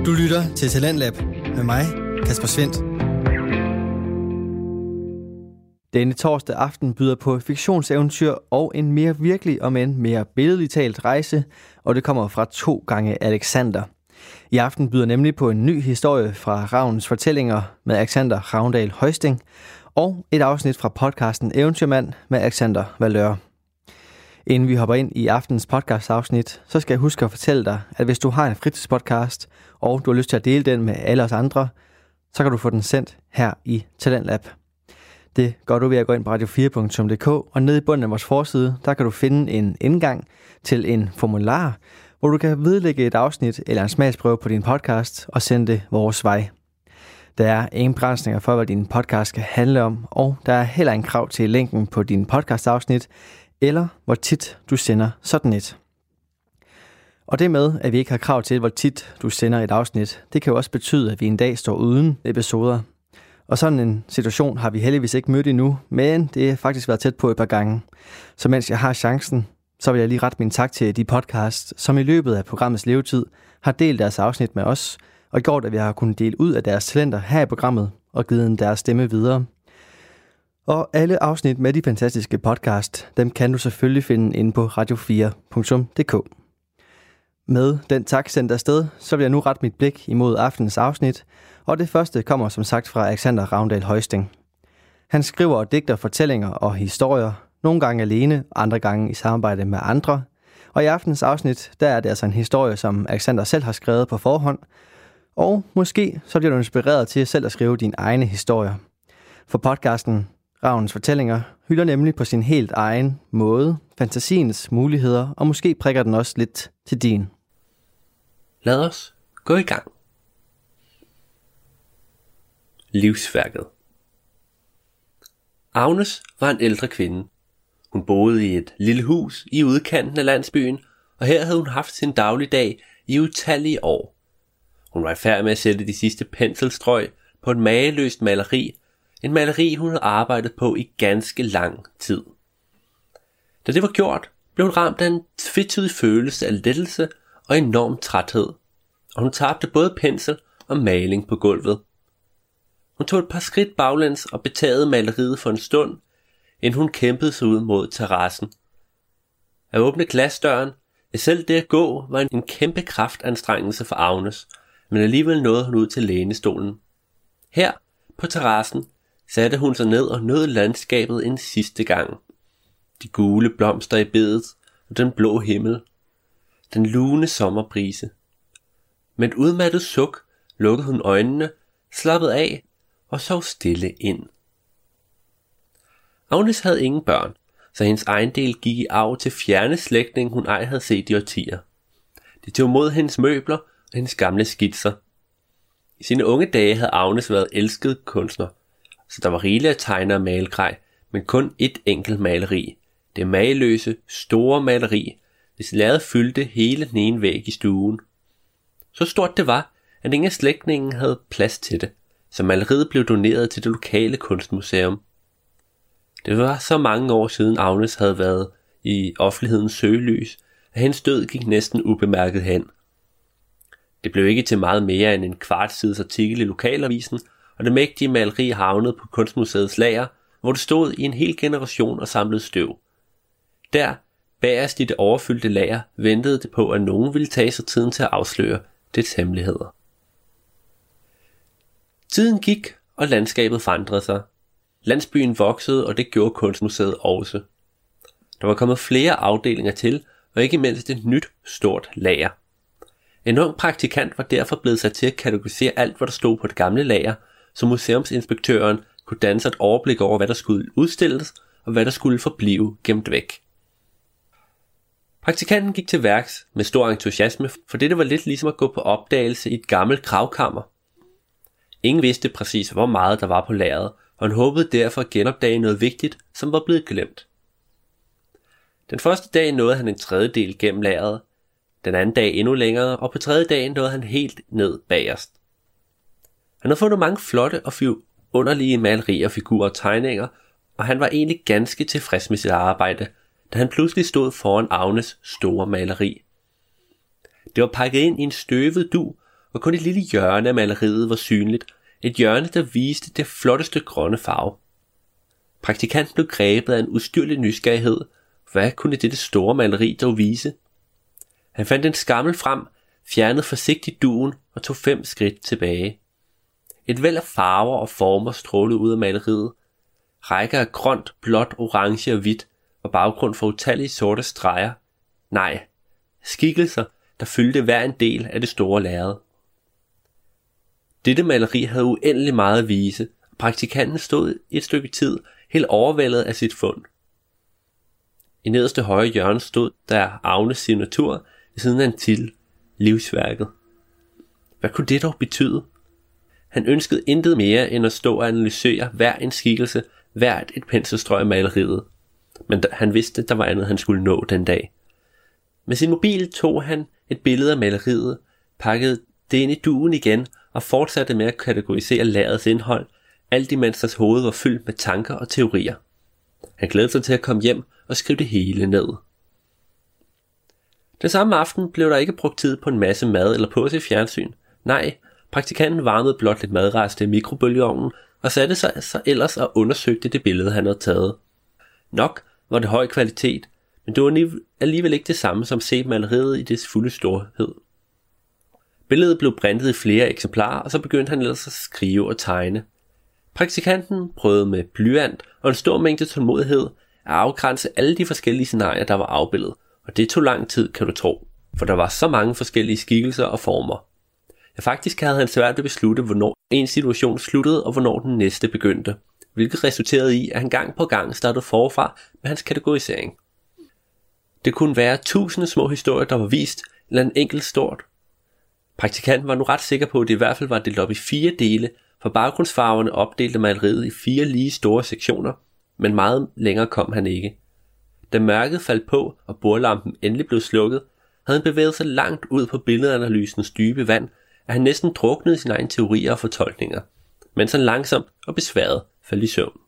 Du lytter til Talentlab med mig, Kasper Svendt. Denne torsdag aften byder på fiktionseventyr og en mere virkelig og en mere billedligt talt rejse, og det kommer fra 2 gange Alexander. I aften byder nemlig på en ny historie fra Ravns fortællinger med Alexander Ravndal Højsting, og et afsnit fra podcasten Eventyrmand med Alexander Valør. Inden vi hopper ind i aftens podcastafsnit, så skal jeg huske at fortælle dig, at hvis du har en fritidspodcast, og du har lyst til at dele den med alle os andre, så kan du få den sendt her i Talentlab. Det gør du ved at gå ind på radio4.dk, og nede i bunden af vores forside, der kan du finde en indgang til en formular, hvor du kan vedlægge et afsnit eller en smagsprøve på din podcast og sende det vores vej. Der er ingen begrænsninger for, hvad din podcast skal handle om, og der er heller ingen krav til linken på din podcastafsnit, eller hvor tit du sender sådan et. Og det med, at vi ikke har krav til, hvor tit du sender et afsnit, det kan jo også betyde, at vi en dag står uden episoder. Og sådan en situation har vi heldigvis ikke mødt endnu, men det har faktisk været tæt på et par gange. Så mens jeg har chancen, så vil jeg lige rette min tak til de podcasts, som i løbet af programmets levetid har delt deres afsnit med os, og gjort, at vi har kunnet dele ud af deres talenter her i programmet og givet dem deres stemme videre. Og alle afsnit med de fantastiske podcast, dem kan du selvfølgelig finde inde på radio4.dk. Med den tak sendt afsted, så vil jeg nu rette mit blik imod aftenens afsnit, og det første kommer som sagt fra Alexander Ravndal Højsting. Han skriver og digter fortællinger og historier, nogle gange alene, andre gange i samarbejde med andre. Og i aftenens afsnit, der er det altså en historie, som Alexander selv har skrevet på forhånd. Og måske så bliver du inspireret til selv at skrive dine egne historier. For podcasten Ravns Fortællinger hylder nemlig på sin helt egen måde fantasiens muligheder, og måske prikker den også lidt til din. Lad os gå i gang. Livsværket. Agnes var en ældre kvinde. Hun boede i et lille hus i udkanten af landsbyen, og her havde hun haft sin dagligdag i utallige år. Hun var i færd med at sætte de sidste penselstrøg på et mageløst maleri, en maleri hun havde arbejdet på i ganske lang tid. Da det var gjort, blev hun ramt af en tvetydig følelse af lettelse og enorm træthed, og hun tabte både pensel og maling på gulvet. Hun tog et par skridt baglæns og betagede maleriet for en stund, inden hun kæmpede sig ud mod terrassen. At åbne glasdøren, selv det at gå, var en kæmpe kraftanstrengelse for Agnes, men alligevel nåede hun ud til lænestolen. Her, på terrassen, satte hun sig ned og nød landskabet en sidste gang. De gule blomster i bedet og den blå himmel. Den lune sommerbrise. Med et udmattet suk lukkede hun øjnene, slappede af og sov stille ind. Agnes havde ingen børn, så hendes ejendel gik i arv til fjerne slægtning, hun ej havde set i årtier. De tog mod hendes møbler og hendes gamle skitser. I sine unge dage havde Agnes været elsket kunstner, så der var rigeligt at tegne og male grej, men kun et enkelt maleri. Det mageløse, store maleri, hvis lærredet fyldte hele den ene væg i stuen. Så stort det var, at ingen af slægtningen havde plads til det, så maleriet blev doneret til det lokale kunstmuseum. Det var så mange år siden Agnes havde været i offentlighedens søgelys, at hendes død gik næsten ubemærket hen. Det blev ikke til meget mere end en kvartsides artikel i lokalavisen, og det mægtige maleri havnede på kunstmuseets lager, hvor det stod i en hel generation og samlede støv. Der, bagerst i det overfyldte lager, ventede det på, at nogen ville tage sig tiden til at afsløre dets hemmeligheder. Tiden gik, og landskabet forandrede sig. Landsbyen voksede, og det gjorde kunstmuseet også. Der var kommet flere afdelinger til, og ikke mindst et nyt, stort lager. En ung praktikant var derfor blevet sat til at kategorisere alt, hvad der stod på det gamle lager, så museumsinspektøren kunne danne sig et overblik over, hvad der skulle udstilles, og hvad der skulle forblive gemt væk. Praktikanten gik til værks med stor entusiasme, for det var lidt ligesom at gå på opdagelse i et gammelt gravkammer. Ingen vidste præcis, hvor meget der var på lageret, og han håbede derfor at genopdage noget vigtigt, som var blevet glemt. Den første dag nåede han en tredjedel gennem lageret, den anden dag endnu længere, og på tredje dagen nåede han helt ned bagerst. Han havde fundet mange flotte og underlige malerier, figurer og tegninger, og han var egentlig ganske tilfreds med sit arbejde, da han pludselig stod foran Agnes store maleri. Det var pakket ind i en støvet dug og kun et lille hjørne af maleriet var synligt. Et hjørne, der viste det flotteste grønne farve. Praktikanten blev grebet af en ustyrlig nysgerrighed. Hvad kunne dette store maleri dog vise? Han fandt en skammel frem, fjernede forsigtigt dugen og tog 5 skridt tilbage. Et væld af farver og former strålede ud af maleriet. Rækker af grønt, blåt, orange og hvidt og baggrund for utallige sorte streger. Nej, skikkelser, der fyldte hver en del af det store lærred. Dette maleri havde uendelig meget at vise, og praktikanten stod et stykke tid helt overvældet af sit fund. I nederste højre hjørne stod der Agnes signatur ved siden af en titel, livsværket. Hvad kunne det dog betyde? Han ønskede intet mere end at stå og analysere hver en skikkelse, hvert et penselstrøg af maleriet. Men han vidste, der var andet, han skulle nå den dag. Med sin mobil tog han et billede af maleriet, pakkede det ind i dugen igen og fortsatte med at kategorisere lærredets indhold, alt imens deres hoved var fyldt med tanker og teorier. Han glædede sig til at komme hjem og skrive det hele ned. Den samme aften blev der ikke brugt tid på en masse mad eller på sit fjernsyn. Nej, praktikanten varmede blot lidt madrester i mikrobølgeovnen og satte sig så ellers og undersøgte det billede, han havde taget. Nok var det høj kvalitet, men det var alligevel ikke det samme som se maleriet i dets fulde storhed. Billedet blev printet i flere eksemplarer, og så begyndte han ellers at skrive og tegne. Praktikanten prøvede med blyant og en stor mængde tålmodighed at afgrænse alle de forskellige scenarier, der var afbildet, og det tog lang tid, kan du tro, for der var så mange forskellige skikkelser og former. Ja, faktisk havde han svært ved at beslutte, hvornår en situation sluttede og hvornår den næste begyndte, hvilket resulterede i, at han gang på gang startede forfra med hans kategorisering. Det kunne være 1000 små historier, der var vist, eller en enkelt stort. Praktikanten var nu ret sikker på, at det i hvert fald var delt op i 4 dele, for baggrundsfarverne opdelte maleriet i 4 lige store sektioner, men meget længere kom han ikke. Da mørket faldt på, og bordlampen endelig blev slukket, havde han bevæget sig langt ud på billedanalysens dybe vand, at han næsten druknede sine egne teorier og fortolkninger, mens han langsomt og besværet faldt i søvn.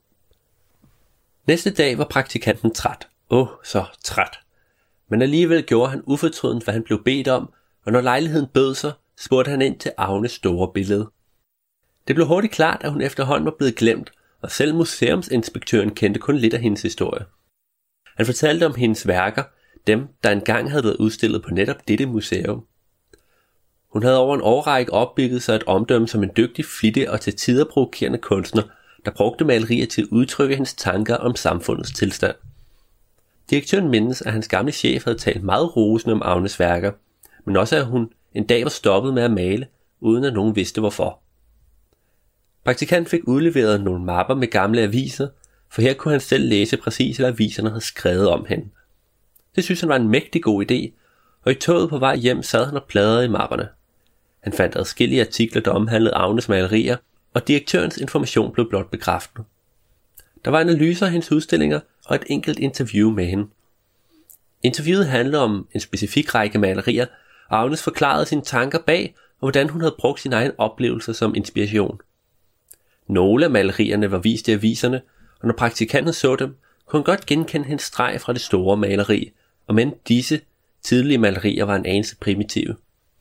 Næste dag var praktikanten træt. Så træt. Men alligevel gjorde han ufortrødent, hvad han blev bedt om, og når lejligheden bød sig, spurgte han ind til Agnes store billede. Det blev hurtigt klart, at hun efterhånden var blevet glemt, og selv museumsinspektøren kendte kun lidt af hendes historie. Han fortalte om hendes værker, dem der engang havde været udstillet på netop dette museum. Hun havde over en årrække opbygget sig et omdømme som en dygtig, flittig og til tider provokerende kunstner, der brugte malerier til at udtrykke hendes tanker om samfundets tilstand. Direktøren mindes, at hans gamle chef havde talt meget rosende om Agnes værker, men også at hun en dag var stoppet med at male, uden at nogen vidste hvorfor. Praktikanten fik udleveret nogle mapper med gamle aviser, for her kunne han selv læse præcis, hvad aviserne havde skrevet om hende. Det synes han var en mægtig god idé, og i toget på vej hjem sad han og pladrede i mapperne. Han fandt adskillige artikler, der omhandlede Agnes malerier, og direktørens information blev blot bekræftet. Der var analyser af hendes udstillinger og et enkelt interview med hende. Interviewet handlede om en specifik række malerier, og Agnes forklarede sine tanker bag, og hvordan hun havde brugt sine egne oplevelser som inspiration. Nogle af malerierne var vist i aviserne, og når praktikanten så dem, kunne han godt genkende hendes streg fra det store maleri, og men disse tidlige malerier var en anelse primitive.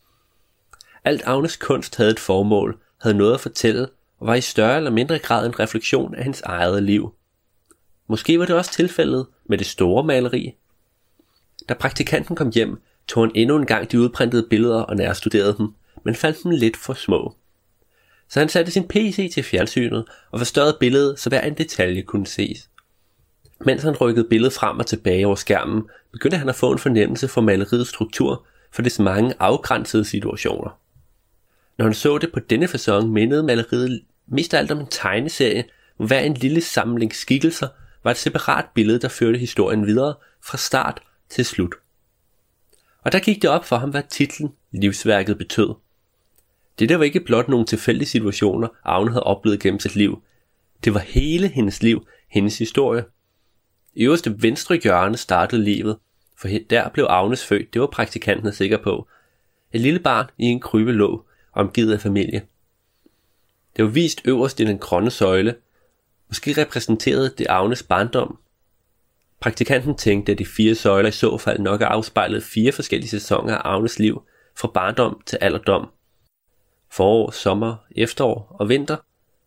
Alt Agnes kunst havde et formål, havde noget at fortælle, og var i større eller mindre grad en refleksion af hendes eget liv. Måske var det også tilfældet med det store maleri. Da praktikanten kom hjem, tog han endnu en gang de udprintede billeder og nærstuderede dem, men fandt dem lidt for små. Så han satte sin PC til fjernsynet og forstørrede billedet, så hver en detalje kunne ses. Mens han rykkede billedet frem og tilbage over skærmen, begyndte han at få en fornemmelse for maleriets struktur for dets mange afgrænsede situationer. Når han så det på denne facon, mindede maleriet mest af alt om en tegneserie, hvor hver en lille samling skikkelser var et separat billede, der førte historien videre fra start til slut. Og der gik det op for ham, hvad titlen livsværket betød. Det der var ikke blot nogle tilfældige situationer, Agnes havde oplevet gennem sit liv. Det var hele hendes liv, hendes historie. I øverste venstre hjørne startede livet, for der blev Agnes født, det var praktikanten sikker på. Et lille barn i en krybe lå, omgivet af familie. Det var vist øverst i den grønne søjle. Måske repræsenterede det Agnes barndom. Praktikanten tænkte, at de 4 søjler i så fald nok afspejlede 4 forskellige sæsoner af Agnes liv, fra barndom til alderdom. forår, sommer, efterår og vinter.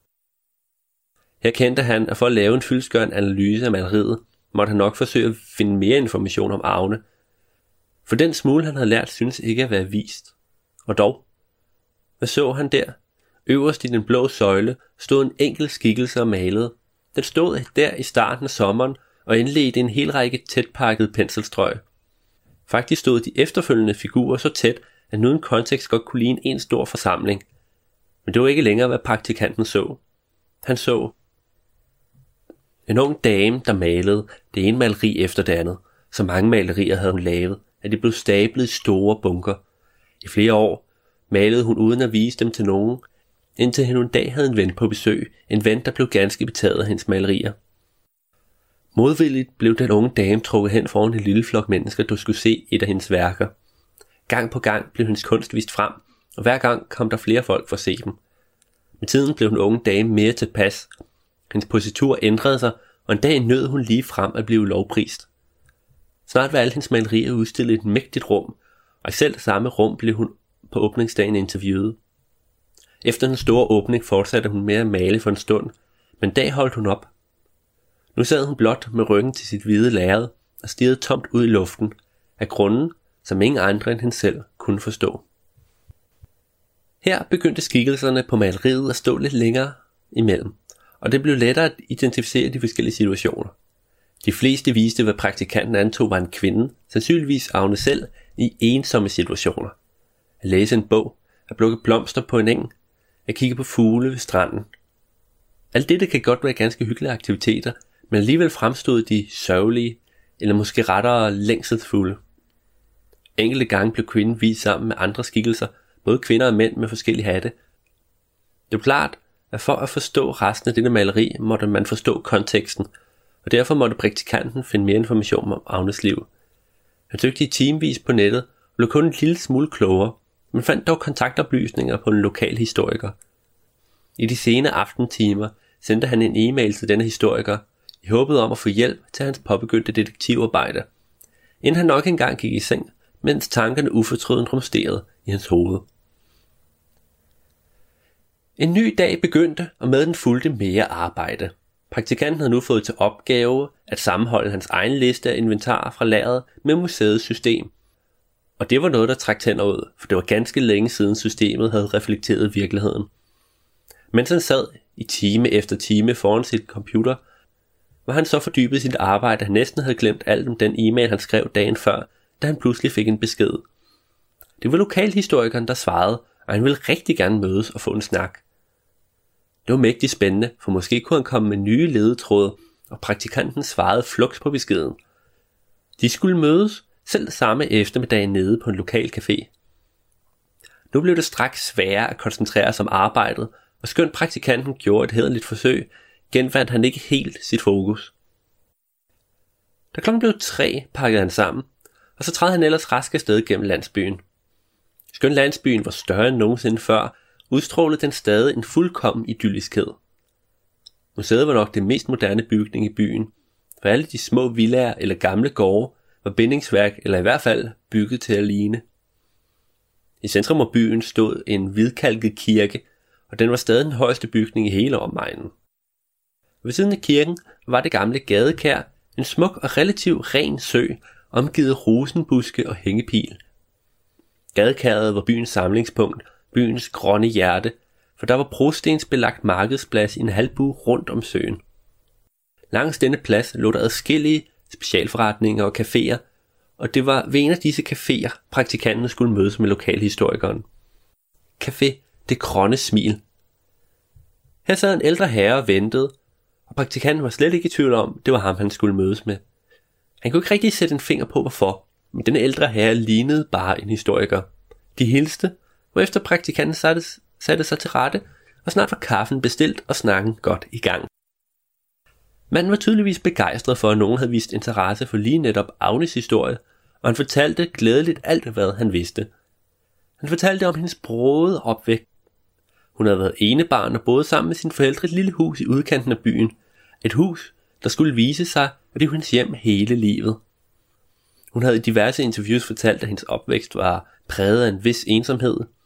Her kendte han, at for at lave en fyldestgørende analyse af maleriet, måtte han nok forsøge at finde mere information om Agne. For den smule han havde lært synes ikke at være vist. Og dog, hvad så han der? Øverst i den blå søjle stod en enkelt skikkelse og malede. Den stod der i starten af sommeren og indledte en hel række tætpakkede penselstrøg. Faktisk stod de efterfølgende figurer så tæt, at uden kontekst godt kunne ligne en stor forsamling. Men det var ikke længere, hvad praktikanten så. Han så en ung dame, der malede det ene maleri efter det andet. Så mange malerier havde hun lavet, at de blev stablet i store bunker. I flere år malede hun uden at vise dem til nogen, indtil hun en dag havde en ven på besøg, en ven, der blev ganske betaget af hendes malerier. Modvilligt blev den unge dame trukket hen foran en lille flok mennesker, der skulle se et af hendes værker. Gang på gang blev hendes kunst vist frem, og hver gang kom der flere folk for at se dem. Med tiden blev den unge dame mere tilpas. Hendes positur ændrede sig, og en dag nød hun lige frem at blive lovprist. Snart var alle hendes malerier udstillet i et mægtigt rum, og i selv samme rum blev hun på åbningsdagen interviewet. Efter den store åbning fortsatte hun med at male for en stund, men en dag holdt hun op. Nu sad hun blot med ryggen til sit hvide lærred og stirrede tomt ud i luften, af grunden, som ingen andre end hende selv kunne forstå. Her begyndte skikkelserne på maleriet at stå lidt længere imellem, og det blev lettere at identificere de forskellige situationer. De fleste viste, hvad praktikanten antog var en kvinde, sandsynligvis Agne selv, i ensomme situationer. At læse en bog, at plukke blomster på en eng, at kigge på fugle ved stranden. Alt dette kan godt være ganske hyggelige aktiviteter, men alligevel fremstod de sørgelige, eller måske rettere længselsfulde. Enkelte gange blev kvinden vist sammen med andre skikkelser, både kvinder og mænd med forskellige hatte. Det var klart, at for at forstå resten af dette maleri, måtte man forstå konteksten, og derfor måtte praktikanten finde mere information om Agnes liv. Han søgte i timevis på nettet og blev kun en lille smule klogere, men fandt dog kontaktoplysninger på en lokal historiker. I de sene aftentimer sendte han en e-mail til denne historiker, i håbet om at få hjælp til hans påbegyndte detektivarbejde, inden han nok engang gik i seng, mens tankerne ufortrødent rumsterede i hans hoved. En ny dag begyndte, og med den fulgte mere arbejde. Praktikanten havde nu fået til opgave at sammenholde hans egen liste af inventar fra lageret med museets system. Og det var noget, der trak tænder ud, for det var ganske længe siden systemet havde reflekteret virkeligheden. Mens han sad i time efter time foran sit computer, var han så fordybet i sit arbejde, at han næsten havde glemt alt om den e-mail, han skrev dagen før, da han pludselig fik en besked. Det var lokalhistorikeren, der svarede, og han ville rigtig gerne mødes og få en snak. Det var mægtigt spændende, for måske kunne han komme med nye ledetråde, og praktikanten svarede fluks på beskeden. De skulle mødes selv samme eftermiddag nede på en lokal café. Nu blev det straks sværere at koncentrere sig om arbejdet, og skønt praktikanten gjorde et hæderligt forsøg, genfandt han ikke helt sit fokus. Da klokken blev 3, pakkede han sammen, og så trædte han ellers rask afsted gennem landsbyen. Skønt landsbyen var større end nogensinde før, udstrålede den stadig en fuldkommen idylliskhed. Museet var nok det mest moderne bygning i byen, for alle de små villaer eller gamle gårde var bindingsværk eller i hvert fald bygget til at ligne. I centrum af byen stod en hvidkalket kirke, og den var stadig den højeste bygning i hele omegnen. Ved siden af kirken var det gamle gadekær, en smuk og relativt ren sø, omgivet af rosenbuske og hængepil. Gadekæret var byens samlingspunkt, byens grønne hjerte, for der var brostensbelagt markedsplads i en halvbue rundt om søen. Langs denne plads lå der adskillige specialforretninger og caféer, og det var ved en af disse caféer, praktikanten skulle mødes med lokalhistorikeren. Café Det Grønne Smil. Her sad en ældre herre og ventede, og praktikanten var slet ikke i tvivl om, det var ham, han skulle mødes med. Han kunne ikke rigtig sætte en finger på, hvorfor, men denne ældre herre lignede bare en historiker. De hilste, hvorefter praktikanten satte sig til rette, og snart var kaffen bestilt og snakken godt i gang. Manden var tydeligvis begejstret for, at nogen havde vist interesse for lige netop Agnes historie, og han fortalte glædeligt alt, hvad han vidste. Han fortalte om hendes brogede opvækst. Hun havde været enebarn og boede sammen med sine forældre i et lille hus i udkanten af byen. Et hus, der skulle vise sig, at det var hendes hjem hele livet. Hun havde i diverse interviews fortalt, at hendes opvækst var præget af en vis ensomhed.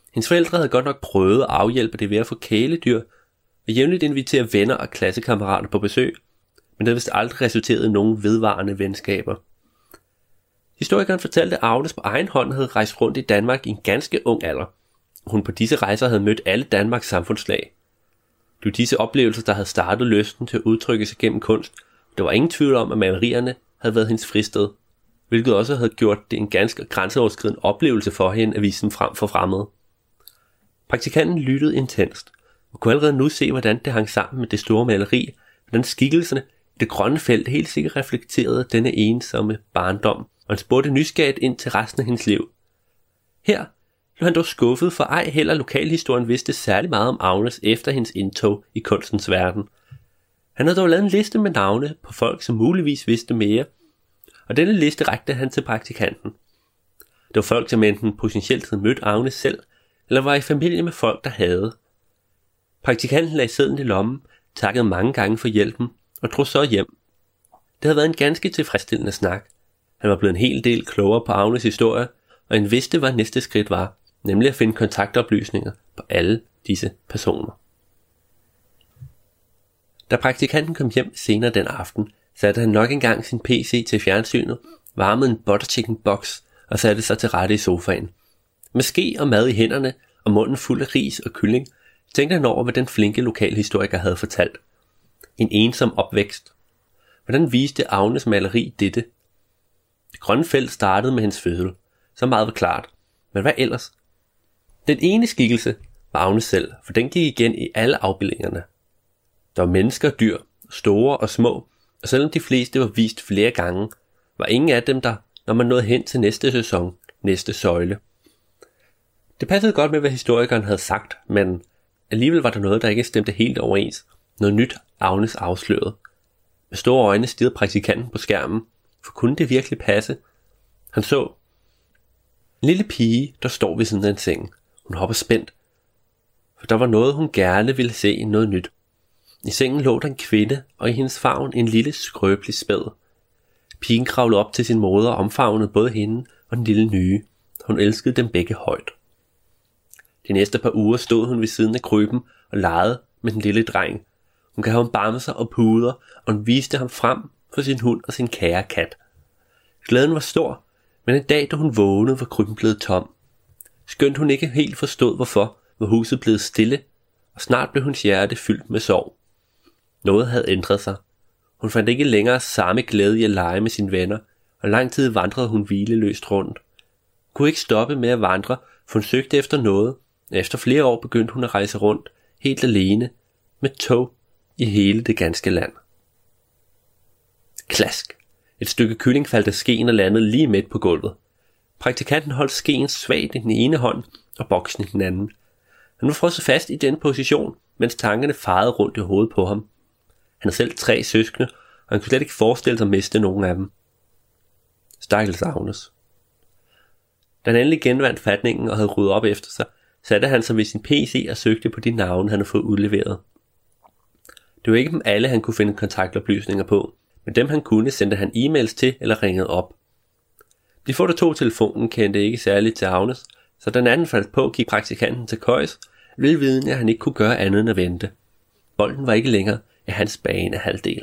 Hendes forældre havde godt nok prøvet at afhjælpe det ved at få kæledyr og jævnligt invitere venner og klassekammerater på besøg, men det havde vist aldrig resulteret i nogen vedvarende venskaber. Historikeren fortalte, at Agnes på egen hånd havde rejst rundt i Danmark i en ganske ung alder, og hun på disse rejser havde mødt alle Danmarks samfundslag. Det var disse oplevelser, der havde startet lysten til at udtrykke sig gennem kunst. Der var ingen tvivl om, at malerierne havde været hendes fristed, hvilket også havde gjort det en ganske grænseoverskridende oplevelse for hende at vise dem frem for fremmede. Praktikanten lyttede intenst, og kunne allerede nu se, hvordan det hang sammen med det store maleri, hvordan skikkelserne i det grønne felt helt sikkert reflekterede denne ensomme barndom, og han spurgte nysgerrigt ind til resten af hendes liv. Her blev han dog skuffet, for ej heller lokalhistorien vidste særlig meget om Agnes efter hendes indtog i kunstens verden. Han havde dog lavet en liste med navne på folk, som muligvis vidste mere, og denne liste rakte han til praktikanten. Det var folk, som enten potentielt havde mødt Agnes selv, eller var i familie med folk, der havde. Praktikanten lagde sedlen i lommen, takkede mange gange for hjælpen og drog så hjem. Det havde været en ganske tilfredsstillende snak. Han var blevet en hel del klogere på Agnes historie, og han vidste, hvad næste skridt var, nemlig at finde kontaktoplysninger på alle disse personer. Da praktikanten kom hjem senere den aften, satte han nok engang sin PC til fjernsynet, varmede en butter chicken box og satte sig til rette i sofaen. Med ske og mad i hænderne og munden fuld af ris og kylling, tænkte han over, hvad den flinke lokalhistoriker havde fortalt. En ensom opvækst. Hvordan viste Agnes maleri dette? Det grønne felt startede med hendes fødsel. Så meget var klart. Men hvad ellers? Den ene skikkelse var Agnes selv, for den gik igen i alle afbildningerne. Der var mennesker og dyr, store og små, og selvom de fleste var vist flere gange, var ingen af dem der, når man nåede hen til næste sæson, næste søjle. Det passede godt med, hvad historikeren havde sagt, men alligevel var der noget, der ikke stemte helt overens. Noget nyt Agnes afslørede. Med store øjne stirrede praktikanten på skærmen, for kunne det virkelig passe? Han så en lille pige, der står ved siden af en seng. Hun hopper spændt, for der var noget, hun gerne ville se, noget nyt. I sengen lå der en kvinde, og i hendes favn en lille skrøbelig spæd. Pigen kravlede op til sin moder og omfavnede både hende og den lille nye. Hun elskede dem begge højt. De næste par uger stod hun ved siden af krybben og legede med den lille dreng. Hun gav ham bamser og puder, og hun viste ham frem for sin hund og sin kære kat. Glæden var stor, men en dag, da hun vågnede, var krybben blevet tom. Skønt hun ikke helt forstod hvorfor, var huset blevet stille, og snart blev hendes hjerte fyldt med sorg. Noget havde ændret sig. Hun fandt ikke længere samme glæde i at lege med sine venner, og lang tid vandrede hun hvileløst rundt. Hun kunne ikke stoppe med at vandre, for hun søgte efter noget, og efter flere år begyndte hun at rejse rundt, helt alene, med tog i hele det ganske land. Klask! Et stykke kylling faldt af skeen og landede lige midt på gulvet. Praktikanten holdt skeen svagt i den ene hånd og boksen i den anden. Han var frosset fast i den position, mens tankerne farede rundt i hovedet på ham. Han havde selv 3 søskende, og han kunne slet ikke forestille sig at miste nogen af dem. Stakkels Agnes. Da han endelig genvandt fatningen og havde ryddet op efter sig, satte han sig ved sin PC og søgte på de navne, han havde fået udleveret. Det var ikke dem alle, han kunne finde kontaktoplysninger på, men dem han kunne, sendte han e-mails til eller ringede op. De få, der tog telefonen, kendte ikke særligt til Agnes, så den anden faldt på, gik praktikanten til køjs, velvidende at han ikke kunne gøre andet end at vente. Bolden var ikke længere af hans banehalvdel.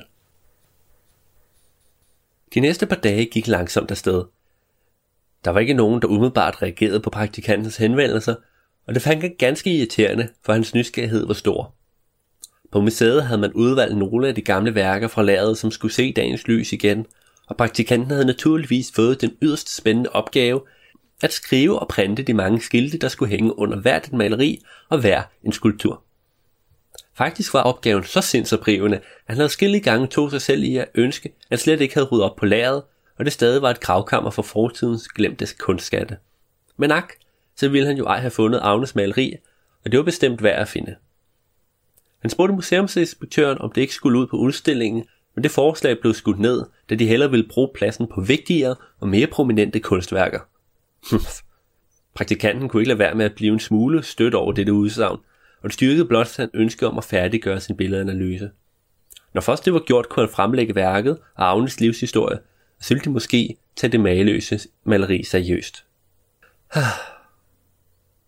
De næste par dage gik langsomt afsted. Der var ikke nogen, der umiddelbart reagerede på praktikantens henvendelser, og det fandt han ganske irriterende, for hans nysgerrighed var stor. På museet havde man udvalgt nogle af de gamle værker fra lageret, som skulle se dagens lys igen, og praktikanten havde naturligvis fået den yderst spændende opgave at skrive og printe de mange skilte, der skulle hænge under hvert et maleri og hver en skulptur. Faktisk var opgaven så sindsoprivende, at han havde skille gange tog sig selv i at ønske, at han slet ikke havde ryddet op på lageret, og det stadig var et gravkammer for fortidens glemte kunstskatte. Men ak, så ville han jo ej have fundet Agnes maleri, og det var bestemt værd at finde. Han spurgte museumsinspektøren, om det ikke skulle ud på udstillingen, men det forslag blev skudt ned, da de hellere ville bruge pladsen på vigtigere og mere prominente kunstværker. Praktikanten kunne ikke lade være med at blive en smule stødt over dette udsagn, og det styrkede blot hans ønske om at færdiggøre sin billedanalyse. Når først det var gjort, kunne han fremlægge værket og Agnes livshistorie, og så ville de måske tage det mageløse maleri seriøst.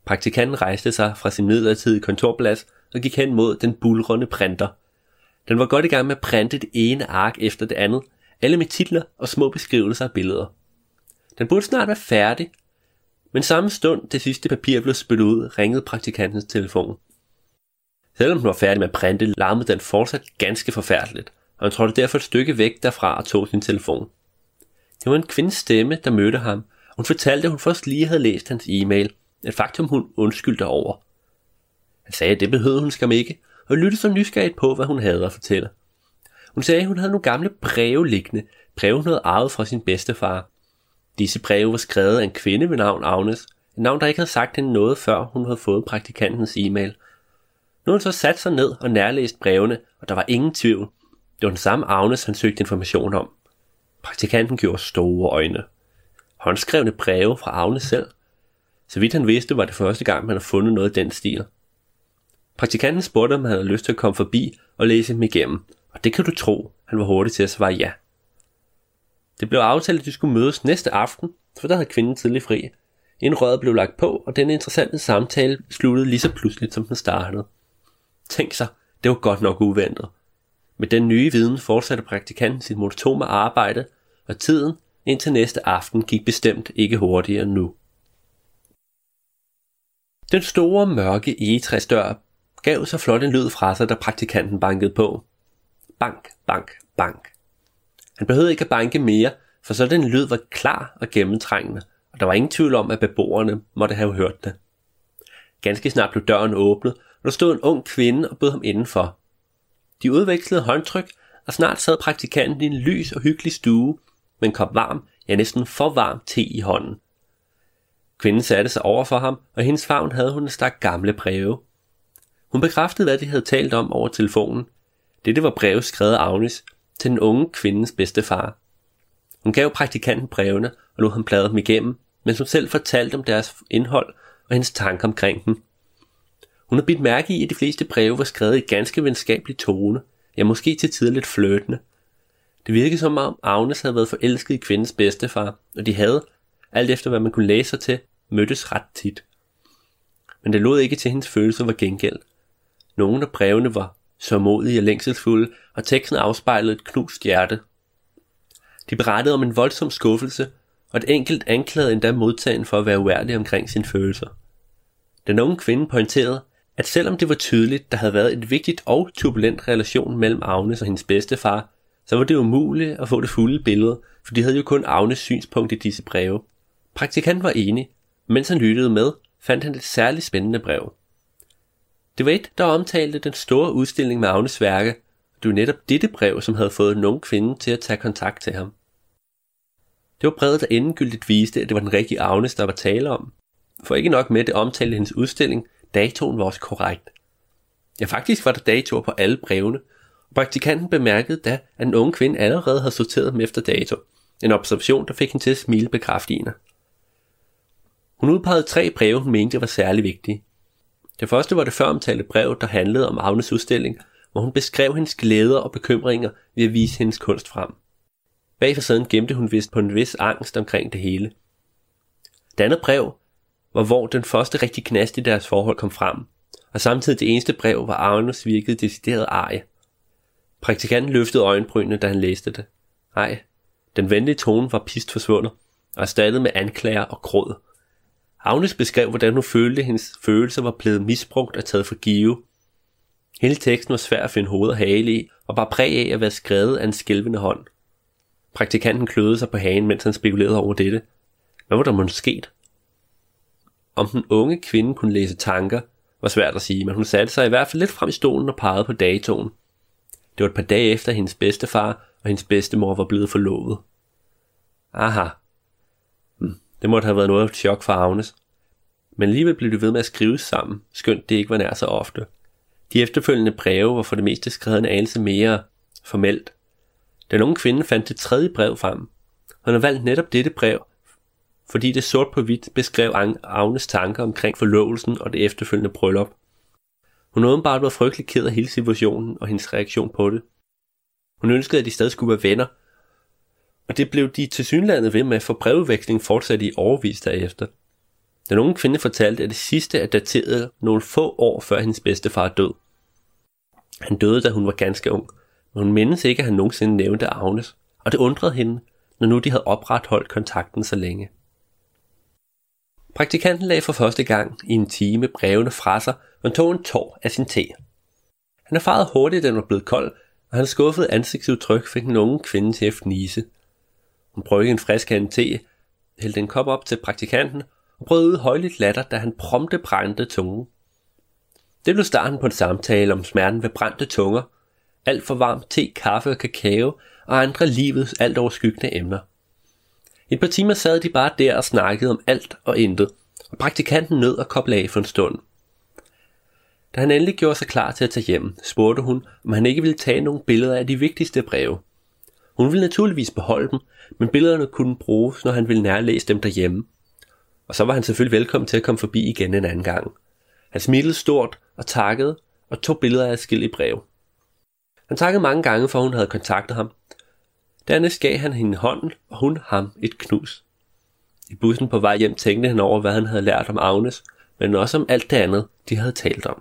Praktikanten rejste sig fra sin midlertidige kontorplads og gik hen mod den buldrende printer. Den var godt i gang med at printe det ene ark efter det andet, alle med titler og små beskrivelser af billeder. Den burde snart være færdig, men samme stund det sidste papir blev spyttet ud, ringede praktikantens telefon. Selvom den var færdig med at printe, larmede den fortsat ganske forfærdeligt, og han trådte derfor et stykke væk derfra og tog sin telefon. Det var en kvindes stemme, der mødte ham, og hun fortalte, at hun først lige havde læst hans e-mail, et faktum hun undskyldte over. Han sagde, at det behøvede hun skam ikke, og lyttede så nysgerrigt på, hvad hun havde at fortælle. Hun sagde, at hun havde nogle gamle breve liggende, breve hun havde arvet fra sin bedstefar. Disse breve var skrevet af en kvinde ved navn Agnes, et navn, der ikke havde sagt hende noget, før hun havde fået praktikantens e-mail. Nu havde hun så sat sig ned og nærlæst brevene, og der var ingen tvivl. Det var den samme Agnes, han søgte information om. Praktikanten gjorde store øjne. Håndskrevne breve fra Agnes selv. Så vidt han vidste, var det første gang, man havde fundet noget i den stil. Praktikanten spurgte, om han havde lyst til at komme forbi og læse dem igennem, og det kan du tro, han var hurtig til at svare ja. Det blev aftalt, at de skulle mødes næste aften, for der havde kvinden tidlig fri. En røret blev lagt på, og den interessante samtale sluttede lige så pludseligt, som den startede. Tænk sig, det var godt nok uventet. Med den nye viden fortsatte praktikanten sit monotone arbejde, og tiden indtil næste aften gik bestemt ikke hurtigere end nu. Den store mørke egetræsdør gav så flot en lyd fra sig, da praktikanten bankede på. Bank, bank, bank. Han behøvede ikke at banke mere, for så den lyd var klar og gennemtrængende, og der var ingen tvivl om, at beboerne måtte have hørt det. Ganske snart blev døren åbnet, og der stod en ung kvinde og bød ham indenfor. De udvekslede håndtryk, og snart sad praktikanten i en lys og hyggelig stue med en kop varm, ja næsten for varm te i hånden. Kvinden satte sig over for ham, og i hendes favn havde hun en stak gamle breve. Hun bekræftede, hvad de havde talt om over telefonen. Dette var breve skrevet af Agnes til den unge kvindens bedstefar. Hun gav praktikanten brevene og lod ham bladre dem igennem, mens hun selv fortalte om deres indhold og hendes tanker omkring dem. Hun havde bidt mærke i, at de fleste breve var skrevet i ganske venskabelig tone, ja måske til tider lidt flirtende. Det virkede som om Agnes havde været forelsket i kvindens bedstefar, og de havde, alt efter hvad man kunne læse sig til, mødtes ret tit. Men det lod ikke til, hendes følelser var gengæld. Nogle af brevene var sørgmodige og længselsfulde, og teksten afspejlede et knust hjerte. De berettede om en voldsom skuffelse, og et enkelt anklagede endda modtageren for at være uærlig omkring sine følelser. Den unge kvinde pointerede, at selvom det var tydeligt, der havde været et vigtigt og turbulent relation mellem Agnes og hendes bedstefar, så var det umuligt at få det fulde billede, for de havde jo kun Agnes synspunkt i disse breve. Praktikanten var enig, mens han lyttede med, fandt han et særligt spændende brev. Det var et, der omtalte den store udstilling med Agnes værker, og det var netop dette brev, som havde fået en ung kvinde til at tage kontakt til ham. Det var brevet, der endegyldigt viste, at det var den rigtige Agnes, der var tale om. For ikke nok med det omtalte hendes udstilling, datoen var også korrekt. Ja, faktisk var der datoer på alle brevene, og praktikanten bemærkede da, at den unge kvinde allerede havde sorteret dem efter dato. En observation, der fik hende til at smile bekræftigende. Hun udpegede 3 breve, hun mente var særlig vigtige. Det første var det føromtalte brev, der handlede om Agnes udstilling, hvor hun beskrev hendes glæder og bekymringer ved at vise hendes kunst frem. Bag facaden gemte hun vist på en vis angst omkring det hele. Det andet brev var, hvor den første rigtig knast i deres forhold kom frem, og samtidig det eneste brev, hvor Agnes virkede decideret arg. Praktikanten løftede øjenbrynene, da han læste det. Nej, den venlige tone var pist forsvundet, og erstattet med anklager og gråd. Agnes beskrev, hvordan hun følte, at hendes følelser var blevet misbrugt og taget for give. Hele teksten var svær at finde hoved og hale i, og bare præg af at være skrevet af en skælvende hånd. Praktikanten kløede sig på hagen, mens han spekulerede over dette. Hvad var der måske sket? Om den unge kvinde kunne læse tanker, var svært at sige, men hun satte sig i hvert fald lidt frem i stolen og pegede på datoen. Det var et par dage efter, hendes bedstefar og hendes bedstemor var blevet forlovet. Aha. Det måtte have været noget af et chok for Agnes. Men alligevel blev de ved med at skrive sammen, skønt det ikke var nær så ofte. De efterfølgende breve var for det meste skrevet en anelse mere formelt. Den unge kvinde fandt det 3. brev frem. Hun havde valgt netop dette brev, fordi det sort på hvidt beskrev Agnes tanker omkring forlovelsen og det efterfølgende bryllup. Hun åbenbart var frygtelig ked af hele situationen og hendes reaktion på det. Hun ønskede, at de stadig skulle være venner, og det blev de tilsyneladende ved med, for brevveksling fortsatte i årevis derefter. Den unge kvinde fortalte, at det sidste er dateret nogle få år før hendes bedstefar død. Han døde, da hun var ganske ung, men hun mindes ikke, at han nogensinde nævnte Agnes, og det undrede hende, når nu de havde opretholdt kontakten så længe. Praktikanten lagde for første gang i en time brevene fra sig, og tog en tår af sin te. Han erfarede hurtigt, at den var blevet kold, og hans skuffede ansigtsudtryk fik den unge kvinde til at fnise. Hun brygge en frisk kande te, hældte en kop op til praktikanten og brød ud højligt latter, da han prompte brændte tungen. Det blev starten på en samtale om smerten ved brændte tunger, alt for varm te, kaffe og kakao og andre livets alt overskyggende emner. I et par timer sad de bare der og snakkede om alt og intet, og praktikanten nød at koble af for en stund. Da han endelig gjorde sig klar til at tage hjem, spurgte hun, om han ikke ville tage nogle billeder af de vigtigste breve. Hun ville naturligvis beholde dem, men billederne kunne bruges, når han ville nærlæse dem derhjemme. Og så var han selvfølgelig velkommen til at komme forbi igen en anden gang. Han smilede stort og takkede og tog billeder af adskillige breve. Han takkede mange gange for, at hun havde kontaktet ham. Dernæst gav han hende hånden, og hun ham et knus. I bussen på vej hjem tænkte han over, hvad han havde lært om Agnes, men også om alt det andet, de havde talt om.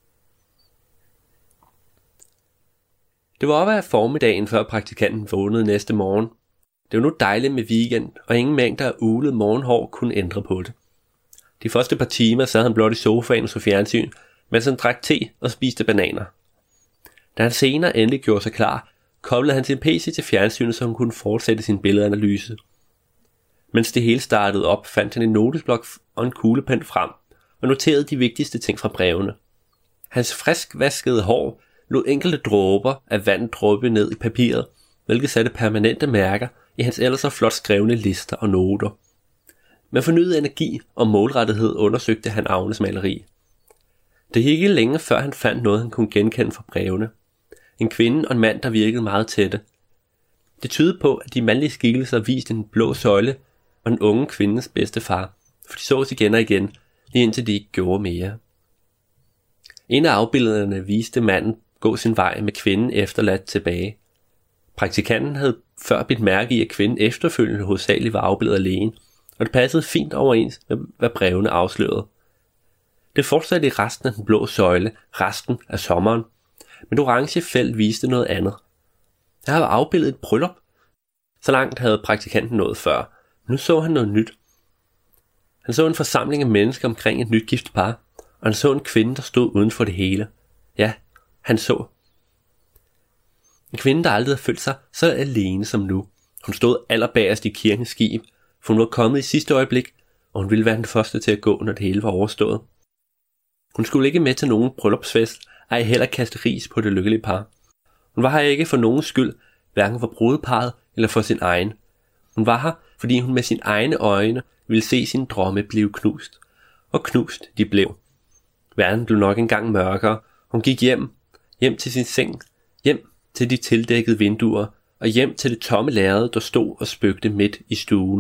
Det var op ad formiddagen, før praktikanten vågnede næste morgen. Det var nu dejligt med weekend, og ingen mængder af ulet morgenhår kunne ændre på det. De første par timer sad han blot i sofaen og så fjernsyn, mens han drak te og spiste bananer. Da han senere endelig gjorde sig klar, koblede han sin PC til fjernsynet, så han kunne fortsætte sin billedanalyse. Mens det hele startede op, fandt han en notesblok og en kuglepen frem, og noterede de vigtigste ting fra brevene. Hans frisk vaskede hår lod enkelte dråber af vand dryppe ned i papiret, hvilket satte permanente mærker i hans ellers så flot skrevne lister og noter. Med fornyet energi og målrettighed undersøgte han Agnes maleri. Det gik ikke længe før han fandt noget, han kunne genkende fra brevene. En kvinde og en mand, der virkede meget tætte. Det tydede på, at de mandlige skikkelser viste en blå søjle og den unge kvindes bedstefar, for de sås igen og igen, lige indtil de ikke gjorde mere. En af afbillederne viste manden gå sin vej med kvinden efterladt tilbage. Praktikanten havde før bidt mærke i, at kvinden efterfølgende hovedsageligt var afbildet alene, og det passede fint overens med, hvad brevene afslørede. Det fortsatte i resten af den blå søjle, resten af sommeren, men det orange felt viste noget andet. Der var afbildet et bryllup. Så langt havde praktikanten nået før. Nu så han noget nyt. Han så en forsamling af mennesker omkring et nyt gift par, og han så en kvinde, der stod uden for det hele. Ja, han så. En kvinde, der aldrig havde følt sig så alene som nu. Hun stod allerbagerst i kirkens skib, for hun var kommet i sidste øjeblik, og hun ville være den første til at gå, når det hele var overstået. Hun skulle ikke med til nogen bryllupsfest, ej heller kaste ris på det lykkelige par. Hun var her ikke for nogens skyld, hverken for brudeparret eller for sin egen. Hun var her, fordi hun med sine egne øjne ville se sin drømme blive knust. Og knust de blev. Verden blev nok engang mørkere. Hun gik hjem til sin seng, hjem til de tildækkede vinduer, og hjem til det tomme lærred, der stod og spøgte midt i stuen.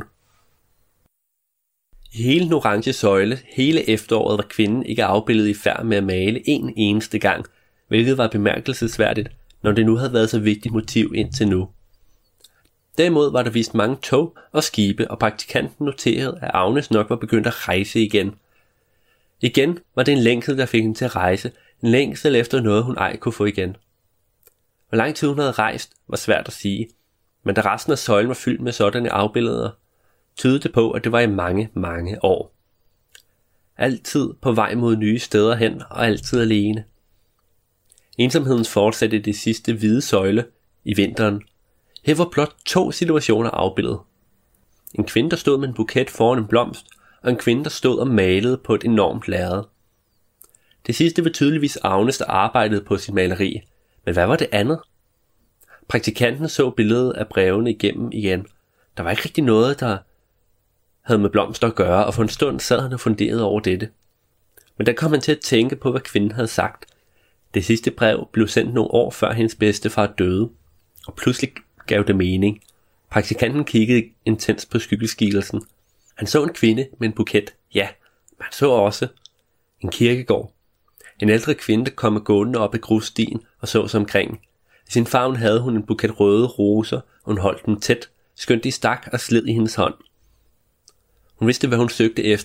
I hele den orange søjle, hele efteråret, var kvinden ikke afbildet i færd med at male en eneste gang, hvilket var bemærkelsesværdigt, når det nu havde været så vigtigt motiv indtil nu. Derimod var der vist mange tog og skibe, og praktikanten noterede, at Agnes nok var begyndt at rejse igen. Igen var det en længsel, der fik hende til at rejse, en længsel efter noget, hun ej kunne få igen. Hvor lang tid hun havde rejst, var svært at sige, men da resten af søjlen var fyldt med sådanne afbilleder, tydede det på, at det var i mange, mange år. Altid på vej mod nye steder hen, og altid alene. Ensomheden fortsatte det sidste hvide søjle i vinteren. Her var blot 2 situationer afbildet. En kvinde, der stod med en buket foran en blomst, og en kvinde, der stod og malede på et enormt lærred. Det sidste var tydeligvis Agnes, der arbejdede på sit maleri. Men hvad var det andet? Praktikanten så billedet af brevene igennem igen. Der var ikke rigtig noget, der havde med blomster at gøre, og for en stund sad han og funderede over dette. Men der kom han til at tænke på, hvad kvinden havde sagt. Det sidste brev blev sendt nogle år før hendes bedstefar døde, og pludselig gav det mening. Praktikanten kiggede intens på skyggeskikkelsen. Han så en kvinde med en buket, ja, men han så også en kirkegård. En ældre kvinde kom gående op ad grusstien og så sig omkring. I sin favn havde hun en buket røde roser, og hun holdt dem tæt, skønt de stak og sled i hendes hånd. Hun vidste, hvad hun søgte efter,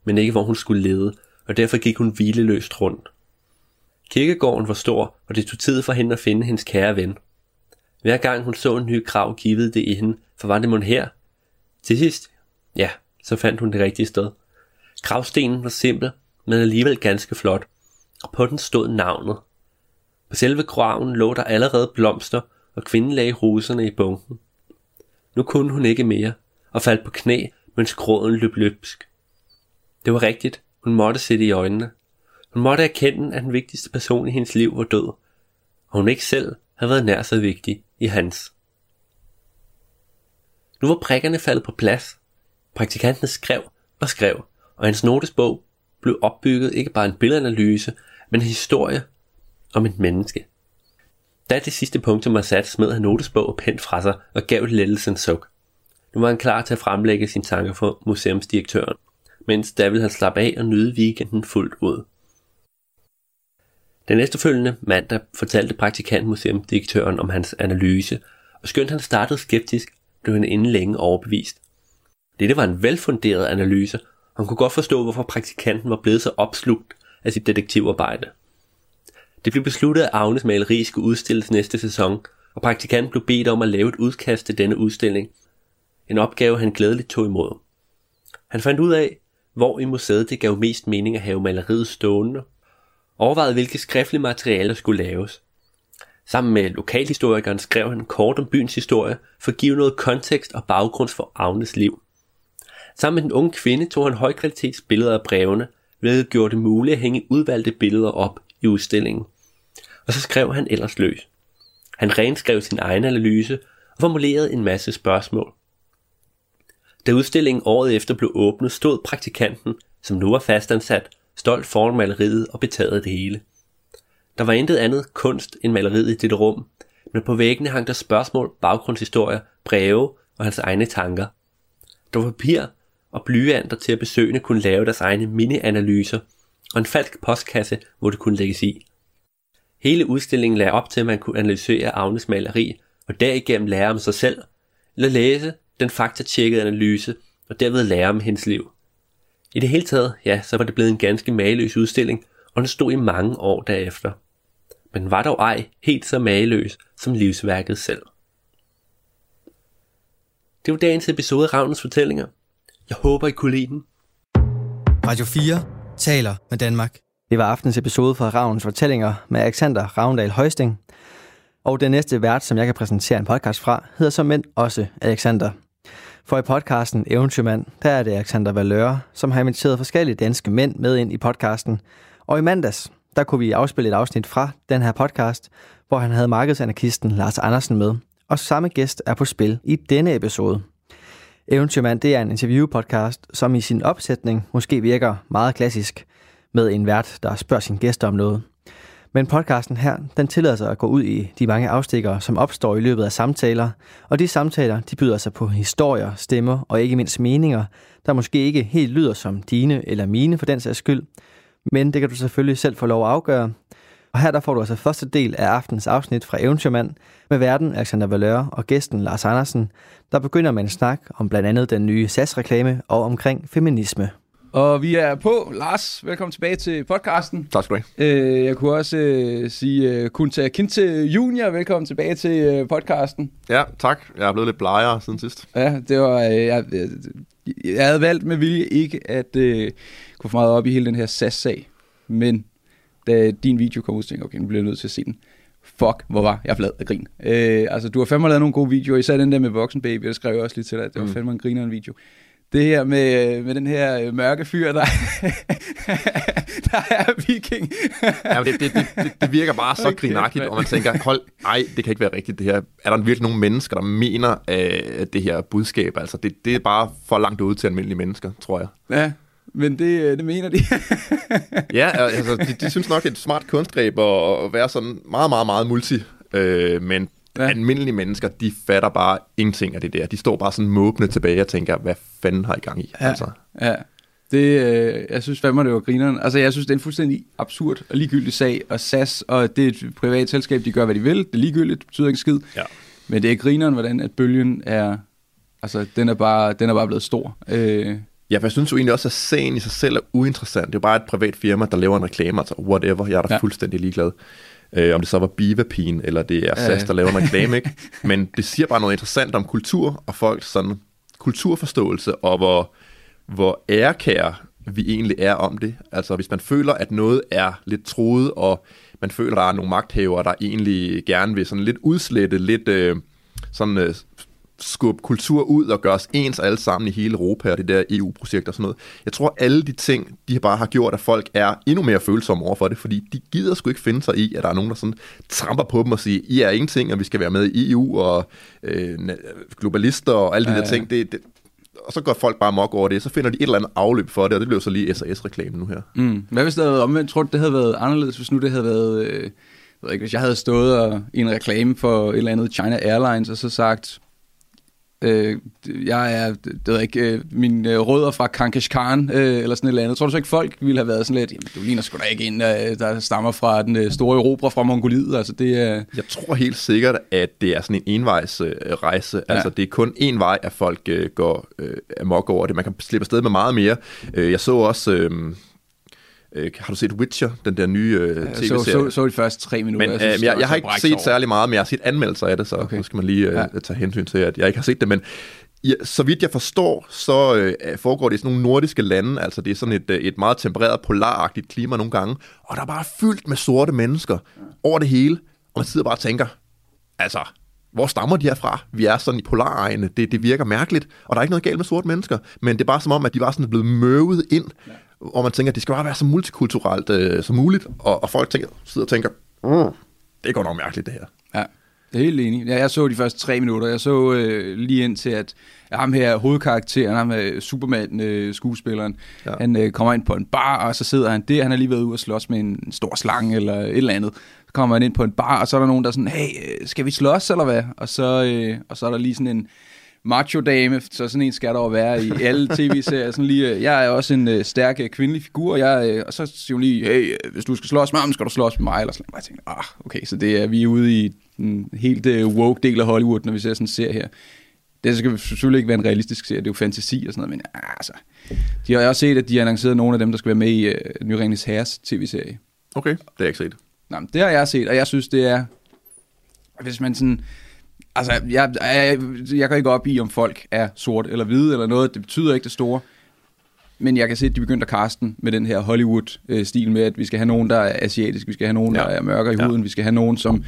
men ikke hvor hun skulle lede, og derfor gik hun hvileløst rundt. Kirkegården var stor, og det tog tid for hende at finde hendes kære ven. Hver gang hun så en ny grav, kivede det i hende, for var det mon her? Til sidst, ja, så fandt hun det rigtige sted. Gravstenen var simpel, men alligevel ganske flot, og på den stod navnet. På selve graven lå der allerede blomster, og kvinden lagde roserne i bunken. Nu kunne hun ikke mere, og faldt på knæ, mens gråden løb løbsk. Det var rigtigt, hun måtte se det i øjnene. Hun måtte erkende, at den vigtigste person i hendes liv var død, og hun ikke selv havde været nær så vigtig i hans. Nu var prikkerne faldet på plads. Praktikanten skrev og skrev, og hans notesbog blev opbygget ikke bare en billedanalyse, men en historie om et menneske. Da det sidste punktum var sat, smed han notesbog og pen fra sig og gav et lettelsens suk. Nu var han klar til at fremlægge sine tanker for museumsdirektøren, mens da ville han slappe af og nyde weekenden fuldt ud. Den efterfølgende mandag fortalte praktikantmuseumsdirektøren om hans analyse, og skønt han startede skeptisk, blev han inden længe overbevist. Dette var en velfunderet analyse, og han kunne godt forstå, hvorfor praktikanten var blevet så opslugt af sit detektivarbejde. Det blev besluttet, at Agnes maleri skulle udstilles næste sæson, og praktikanten blev bedt om at lave et udkast til denne udstilling. En opgave, han glædeligt tog imod. Han fandt ud af, hvor i museet det gav mest mening at have maleriet stående, overvejede, hvilke skriftlige materialer skulle laves. Sammen med lokalhistorikeren skrev han kort om byens historie for at give noget kontekst og baggrund for Agnes liv. Sammen med den unge kvinde tog han højkvalitets billeder af brevene, hvilket gjorde det muligt at hænge udvalgte billeder op i udstillingen. Og så skrev han ellers løs. Han renskrev sin egen analyse og formulerede en masse spørgsmål. Da udstillingen året efter blev åbnet, stod praktikanten, som nu var fastansat, stolt foran maleriet og betaget det hele. Der var intet andet kunst end maleriet i dette rum, men på væggene hang der spørgsmål, baggrundshistorier, breve og hans egne tanker. Der var papir og blyanter til at besøgende kunne lave deres egne mini-analyser, og en falsk postkasse, hvor det kunne lægges i. Hele udstillingen lagde op til, at man kunne analysere Agnes maleri, og derigennem lære om sig selv, eller læse den faktatjekkede analyse, og derved lære om hendes liv. I det hele taget, ja, så var det blevet en ganske mageløs udstilling, og den stod i mange år derefter. Men den var dog ej helt så mageløs som livsværket selv. Det var dagens episode af Ravnens Fortællinger. Jeg håber, I kunne lide den. Radio 4 taler med Danmark. Det var aftens episode fra Ravnens Fortællinger med Alexander Ravndal Højsting. Og den næste vært, som jeg kan præsentere en podcast fra, hedder som mænd også Alexander. For i podcasten Eventyrmand, der er det Alexander Valøre, som har inviteret forskellige danske mænd med ind i podcasten. Og i mandags, der kunne vi afspille et afsnit fra den her podcast, hvor han havde markedsanarkisten Lars Andersen med. Og samme gæst er på spil i denne episode. Eventyrmand, det er en interviewpodcast, som i sin opsætning måske virker meget klassisk, med en vært, der spørger sine gæster om noget. Men podcasten her, den tillader sig at gå ud i de mange afstikkere, som opstår i løbet af samtaler, og de samtaler, de byder sig på historier, stemmer og ikke mindst meninger, der måske ikke helt lyder som dine eller mine for den sags skyld, men det kan du selvfølgelig selv få lov at afgøre. Og her der får du altså første del af aftens afsnit fra Eventyrmand med værten Alexander Valøre og gæsten Lars Andersen, der begynder med en snak om blandt andet den nye SAS-reklame og omkring feminisme. Og vi er på. Lars, velkommen tilbage til podcasten. Tak skal du have. Jeg kunne også sige Kunta Kinte Junior, velkommen tilbage til podcasten. Ja, tak. Jeg er blevet lidt blegere siden sidst. Ja, det var... Jeg havde valgt med vilje ikke at gå for meget op i hele den her SAS-sag, men da din video kom ud, så tænkte jeg, okay, nu bliver jeg nødt til at se den. Fuck, hvor var jeg flad af grin. Altså, du har fandme lavet nogle gode videoer, især den der med Voksenbaby, og det skrev jeg også lige til dig, at det var fandme en griner en video. Det her med den her mørke fyr, der er viking. Ja, det virker bare så grinagtigt, og man tænker, det kan ikke være rigtigt det her. Er der virkelig nogle mennesker, der mener det her budskab? Altså, det er bare for langt ud til almindelige mennesker, tror jeg. Ja, men det mener de. Ja, altså, de synes nok, det er et smart kunstgreb at være sådan meget, meget, meget multi, men almindelige mennesker, de fatter bare ingenting af det der. De står bare sådan måbende tilbage og tænker, hvad fanden har I gang i? Ja, altså. Ja. Det, jeg synes fandme, det var grineren. Altså, jeg synes, det er en fuldstændig absurd og ligegyldig sag, og SAS, og det er et privat selskab, de gør, hvad de vil. Det er ligegyldigt, det betyder ikke skid. Ja. Men det er grineren, hvordan at bølgen er, altså, den er bare blevet stor. Ja, for jeg synes jo egentlig også, at sagen i sig selv er uinteressant. Det er jo bare et privat firma, der laver en reklame, altså whatever, jeg er da fuldstændig ligeglad. Om det så var Bivapin, eller det er SAS, der laver en reklame, ikke? Men det siger bare noget interessant om kultur, og folks sådan kulturforståelse, og hvor ærekære vi egentlig er om det. Altså hvis man føler, at noget er lidt truet, og man føler, at der er nogle magthavere, der egentlig gerne vil sådan lidt udslette, lidt skubbe kultur ud og gøre os ens alle sammen i hele Europa, og det der EU-projekt og sådan noget. Jeg tror, alle de ting, de bare har gjort, at folk er endnu mere følsomme over for det, fordi de gider sgu ikke finde sig i, at der er nogen, der sådan tramper på dem og siger, I er ingenting, og vi skal være med i EU, og globalister og alle de der ting. Og så går folk bare mok over det, så finder de et eller andet afløb for det, og det bliver så lige SAS-reklamen nu her. Hvad hvis det havde været omvendt? Tror du, det havde været anderledes, hvis nu det havde været... hvis jeg havde stået i en reklame for et eller andet China Airlines, og så sagt... jeg er, det ved ikke, mine rødder fra Kankesh-Khan, eller sådan et eller andet. Tror du så ikke, folk ville have været sådan lidt, jamen, du ligner sgu da ikke en, der stammer fra den store Europa fra Mongoliet, altså det er... Jeg tror helt sikkert, at det er sådan en envejsrejse, altså det er kun en vej, at folk går amok over det. Man kan slippe afsted med meget mere. Jeg så også... har du set Witcher, den der nye tv-serie? Så de første 3 minutter. Men, jeg har ikke set særlig meget, men jeg har set anmeldelser af det, så nu skal man lige tage hensyn til, at jeg ikke har set det. Men så vidt jeg forstår, så foregår det i sådan nogle nordiske lande, altså det er sådan et meget tempereret, polaragtigt klima nogle gange, og der er bare fyldt med sorte mennesker over det hele, og man sidder bare og tænker, altså... Hvor stammer de herfra? Vi er sådan i polaregne. Det virker mærkeligt, og der er ikke noget galt med sorte mennesker, men det er bare som om, at de var sådan blevet møvet ind, og man tænker, at det skal bare være så multikulturelt som muligt, og folk sidder og tænker, det går nok mærkeligt det her. Ja, det er helt enig. Ja, jeg så de første 3 minutter. Jeg så lige indtil, at ham her hovedkarakteren, ham her Superman-skuespilleren, han kommer ind på en bar, og så sidder han der. Han har lige været ude og slås med en stor slange eller et eller andet. Så kommer han ind på en bar, og så er der nogen, der er sådan, hey, skal vi slås, eller hvad? Og så er der lige sådan en macho-dame, så sådan en skal der jo være i alle tv-serier. Sådan lige, jeg er også en stærk kvindelig figur, og så siger hun lige, hey, hvis du skal slås med ham, skal du slås med mig, eller sådan. Og jeg tænker, okay, så det er, vi er ude i en helt woke del af Hollywood, når vi ser sådan en serie her. Det skal selvfølgelig ikke være en realistisk serie, det er jo fantasi og sådan noget, men altså, de har også set, at de har annonceret nogle af dem, der skal være med i Ny Ringenes Herres tv-serie. Okay, det har jeg ikke set. Nej, det har jeg set, og jeg synes, det er, hvis man sådan, altså, jeg går ikke op i, om folk er sort eller hvide eller noget, det betyder ikke det store, men jeg kan se, at de begyndte at kaste den med den her Hollywood-stil med, at vi skal have nogen, der er asiatisk, vi skal have nogen, der er mørkere i huden, vi skal have nogen, som,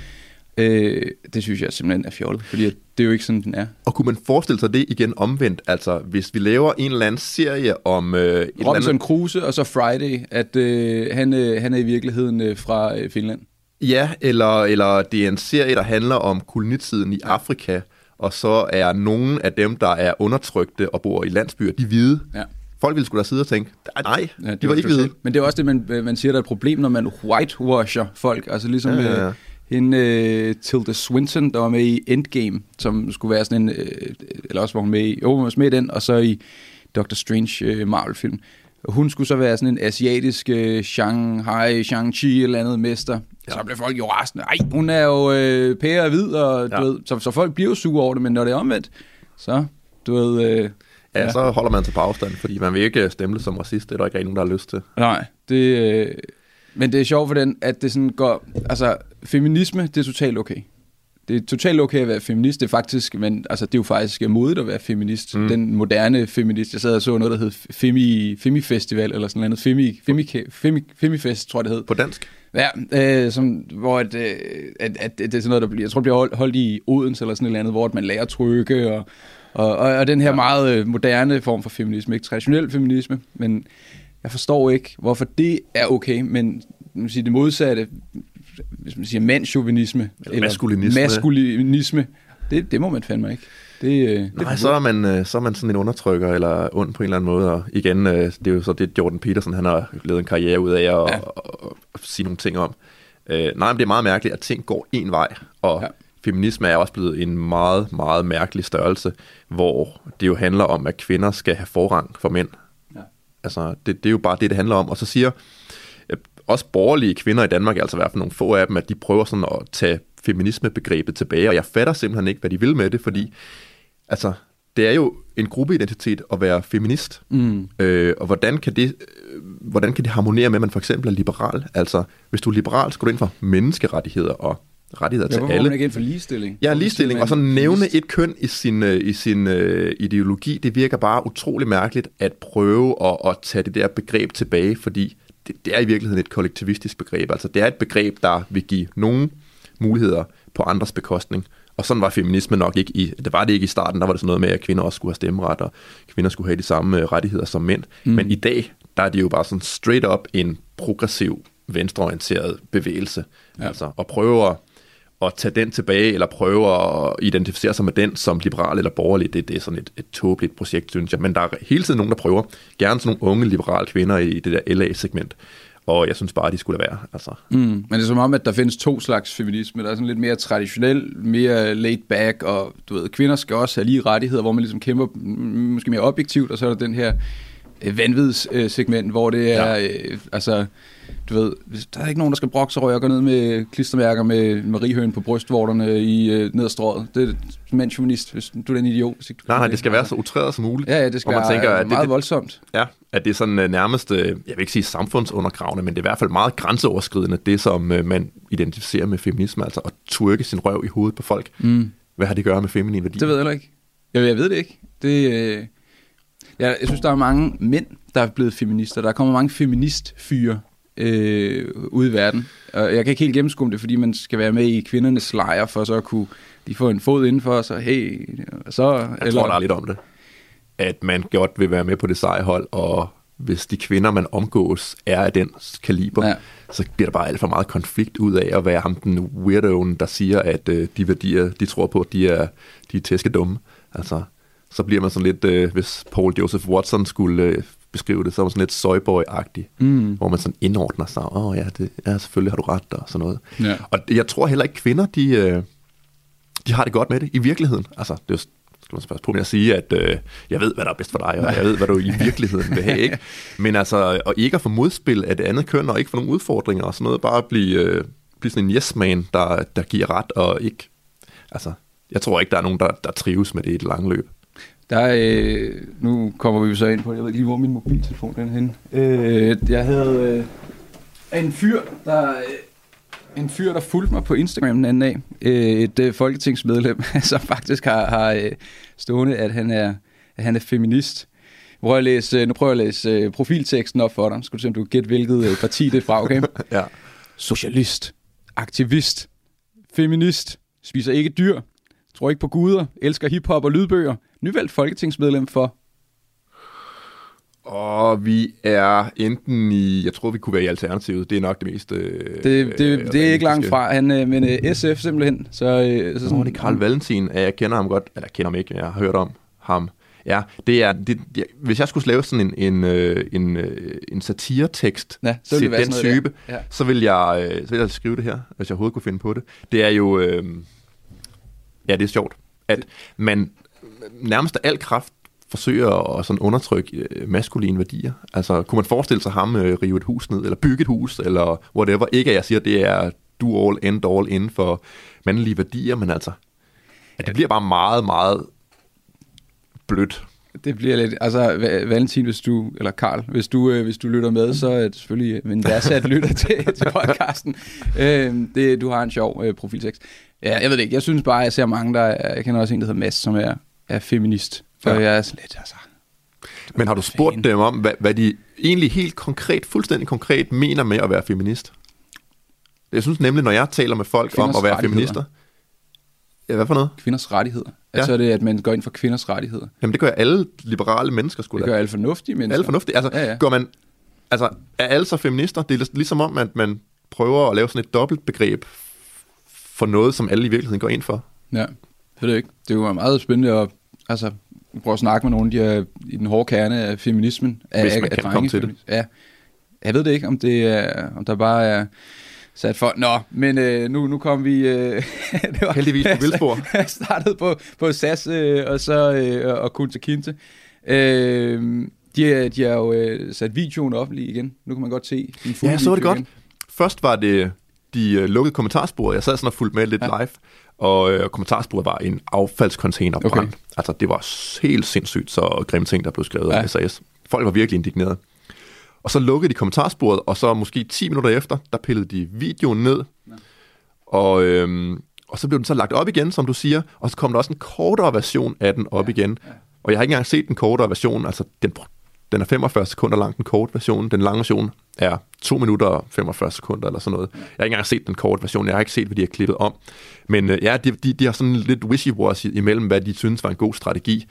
det synes jeg simpelthen er fjollet, fordi det er jo ikke sådan, den er. Og kunne man forestille sig det igen omvendt, altså hvis vi laver en eller anden serie om... Robinson Crusoe og så Friday, at han er i virkeligheden fra Finland. Ja, eller det er en serie, der handler om kolonitiden i Afrika, og så er nogle af dem, der er undertrykte og bor i landsbyer, de hvide. Ja. Folk ville sgu da sidde og tænke, nej, de var ikke hvide. Men det er også det, man siger, der er et problem, når man whitewasher folk, altså ligesom... Hende Tilda Swinton, der var med i Endgame, som skulle være sådan en, eller også var hun med i, hun var med i den, og så i Doctor Strange Marvel-film. Hun skulle så være sådan en asiatisk Shang-Chi eller andet mester. Ja. Så blev folk jo rasende. Ej, hun er jo pære og hvid, og du ved, så folk bliver jo sure over det, men når det er omvendt, så du ved... så holder man sig på afstand, fordi man vil ikke stemple som racist, det er der ikke nogen, der har lyst til. Nej, men det er sjovt for den, at det sådan går... Altså, feminisme, det er totalt okay. Det er totalt okay at være feminist. Det er faktisk, men altså, det er jo faktisk modigt at være feminist. Den moderne feminist. Jeg sad og så noget, der hed Femi-festival, eller sådan noget. Femi-fest, tror jeg, det hed. På dansk? Ja, hvor at det er sådan noget, der bliver... Jeg tror, det bliver holdt i Odense, eller sådan et eller andet, hvor man lærer at trykke, og den her meget moderne form for feminisme. Ikke traditionel feminisme, men... Jeg forstår ikke, hvorfor det er okay, men det modsatte, hvis man siger mandschauvinisme eller maskulinisme, det må man fandme ikke. Nej, så er man sådan en undertrykker eller ond på en eller anden måde, og igen, det er jo så det Jordan Peterson, han har lavet en karriere ud af at sige nogle ting om. Nej, men det er meget mærkeligt, at ting går en vej, og feminisme er også blevet en meget, meget mærkelig størrelse, hvor det jo handler om, at kvinder skal have forrang for mænd. Altså, det er jo bare det handler om. Og så siger også borgerlige kvinder i Danmark, altså i hvert fald nogle få af dem, at de prøver sådan at tage feminismebegrebet tilbage, og jeg fatter simpelthen ikke, hvad de vil med det, fordi altså, det er jo en gruppeidentitet at være feminist. Og hvordan kan det harmonere med, at man for eksempel er liberal? Altså, hvis du er liberal, skal du ind for menneskerettigheder og rettigheder til alle. Hvorfor man ikke ind for ligestilling? Ja, ligestilling, og så nævne et køn i sin ideologi, det virker bare utrolig mærkeligt at prøve at tage det der begreb tilbage, fordi det er i virkeligheden et kollektivistisk begreb. Altså, det er et begreb, der vil give nogle muligheder på andres bekostning. Og sådan var feminisme nok ikke det var det ikke i starten, der var det sådan noget med, at kvinder også skulle have stemmeret, og kvinder skulle have de samme rettigheder som mænd. Men i dag, der er det jo bare sådan straight up en progressiv, venstreorienteret bevægelse. Ja. Altså at prøve at tage den tilbage, eller prøve at identificere sig med den som liberal eller borgerlig, det er sådan et tåbeligt projekt, synes jeg. Men der er hele tiden nogen, der prøver. Gerne sådan nogle unge liberale kvinder i det der LA-segment. Og jeg synes bare, at de skulle være. Altså. Men det er som om, at der findes 2 slags feminisme. Der er sådan lidt mere traditionel, mere laid back, og du ved, kvinder skal også have lige rettigheder, hvor man ligesom kæmper måske mere objektivt, og så er der den her vanvidssegment, hvor det er, altså, du ved, der er ikke nogen, der skal brokke sig, og gå ned med klistermærker med Mariehøen på brystvorterne ned ad strået. Det er mandsjuvenist, hvis du er en idiot. Nej, det skal være så utræret som muligt. Ja, det skal være tænker, meget voldsomt. Ja, at det er sådan nærmest, jeg vil ikke sige samfundsundergravende, men det er i hvert fald meget grænseoverskridende, det som man identificerer med feminisme, altså at twerke sin røv i hovedet på folk. Hvad har det at gøre med feminin værdi? Det ved jeg heller ikke. Jeg ved det ikke. Jeg synes, der er mange mænd, der er blevet feminister. Der kommer mange feministfyre ude i verden. Og jeg kan ikke helt gennemskue det, fordi man skal være med i kvindernes lejr, for så at kunne de få en fod indenfor, og så hey, så... Jeg tror, der er lidt om det. At man godt vil være med på det sejehold, og hvis de kvinder, man omgås, er af den kaliber, så bliver der bare alt for meget konflikt ud af at være ham den weirdoen, der siger, at de værdier, de tror på, de er tæskedumme. Altså, så bliver man sådan lidt, hvis Paul Joseph Watson skulle beskrive det, så er man sådan lidt soyboy-agtig, hvor man sådan indordner sig, selvfølgelig har du ret, og sådan noget. Ja. Og jeg tror heller ikke, kvinder, de har det godt med det, i virkeligheden. Altså, det er jo, skal man spørge på med at sige, at jeg ved, hvad der er bedst for dig, og jeg ved, hvad du i virkeligheden vil have, ikke? Men altså, og ikke at få modspil af det andet køn, og ikke få nogle udfordringer, og sådan noget, bare blive sådan en yes-man, der giver ret, og ikke, altså, jeg tror ikke, der er nogen, der trives med det i et langt løb. Nu kommer vi jo så ind på, jeg ved lige, hvor min mobiltelefon den er henne. Jeg havde en fyr, der fulgte mig på Instagram den anden dag. Et folketingsmedlem, som faktisk har stående, at han er feminist. Nu prøver jeg at læse profilteksten op for dig. Skal du se, om du kan gætte, hvilket parti det er fra, okay? Ja. Socialist, aktivist, feminist, spiser ikke dyr, tror ikke på guder, elsker hiphop og lydbøger. Nyvalgt folketingsmedlem for? Og vi er enten i, jeg tror vi kunne være i Alternativet, det er nok det mest... Det er ikke langt fra, men SF simpelthen. Så det er Carl Valentin, jeg kender ham godt, eller jeg kender ham ikke, jeg har hørt om ham. Ja, hvis jeg skulle lave sådan en satiretekst til den type, så vil jeg skrive det her, hvis jeg overhovedet kunne finde på det. Det er jo, det er sjovt, at man nærmest af al kraft forsøger at sådan undertrykke maskuline værdier. Altså, kunne man forestille sig ham rive et hus ned, eller bygge et hus, eller whatever. Ikke at jeg siger, det er do all, end all inden for mandlige værdier, men altså, at det bliver bare meget, meget blødt. Det bliver lidt, altså Valentin, eller Karl, hvis du lytter med, så er det selvfølgelig en værdsat lytter til podcasten. Du har en sjov profiltekst. Ja, jeg ved det ikke, jeg synes bare, jeg ser mange, jeg kender også en, der hedder Mads, som er feminist. For jeg er sådan lidt, altså... Men har du spurgt dem om, hvad de egentlig helt konkret, fuldstændig konkret mener med at være feminist? Jeg synes nemlig, når jeg taler med folk om at være feminister... Ja, hvad for noget? Kvinders rettigheder. Altså er det, at man går ind for kvinders rettigheder. Jamen det gør alle liberale mennesker sgu da. Det gør alle fornuftige mennesker. Alle fornuftige. Altså, går man... Altså, er alle så feminister? Det er ligesom om, at man prøver at lave sådan et dobbelt begreb for noget, som alle i virkeligheden går ind for. Ja, det ved jeg ikke. Det er jo meget spændende at prøve at snakke med nogen, de er i den hårde kerne af feminismen. Hvis man kan komme til det. Ja, jeg ved det ikke, om der bare er sat for... Nå, men nu kom vi... det var heldigvis på vildspor. Jeg startede på SAS og så og Kunta Kinte. De har jo sat videoen op lige igen. Nu kan man godt se den fulde så det igen. Godt. Først var det de lukkede kommentarsporet. Jeg sad sådan og fulgte med lidt live, og kommentarsporet var en affaldscontainer brand. Okay. Altså, det var helt sindssygt, så grimme ting, der blev skrevet af SAS. Folk var virkelig indigneret. Og så lukkede de kommentarsporet, og så måske 10 minutter efter, der pillede de videoen ned. Ja. Og så blev den så lagt op igen, som du siger, og så kom der også en kortere version af den op igen. Ja. Og jeg har ikke engang set den kortere version, altså den er 45 sekunder lang, den korte version. Den lange version er 2 minutter og 45 sekunder eller sådan noget. Jeg har ikke engang set den korte version, jeg har ikke set, hvad de har klippet om. Men de har sådan lidt wishy-washy imellem, hvad de synes var en god strategi,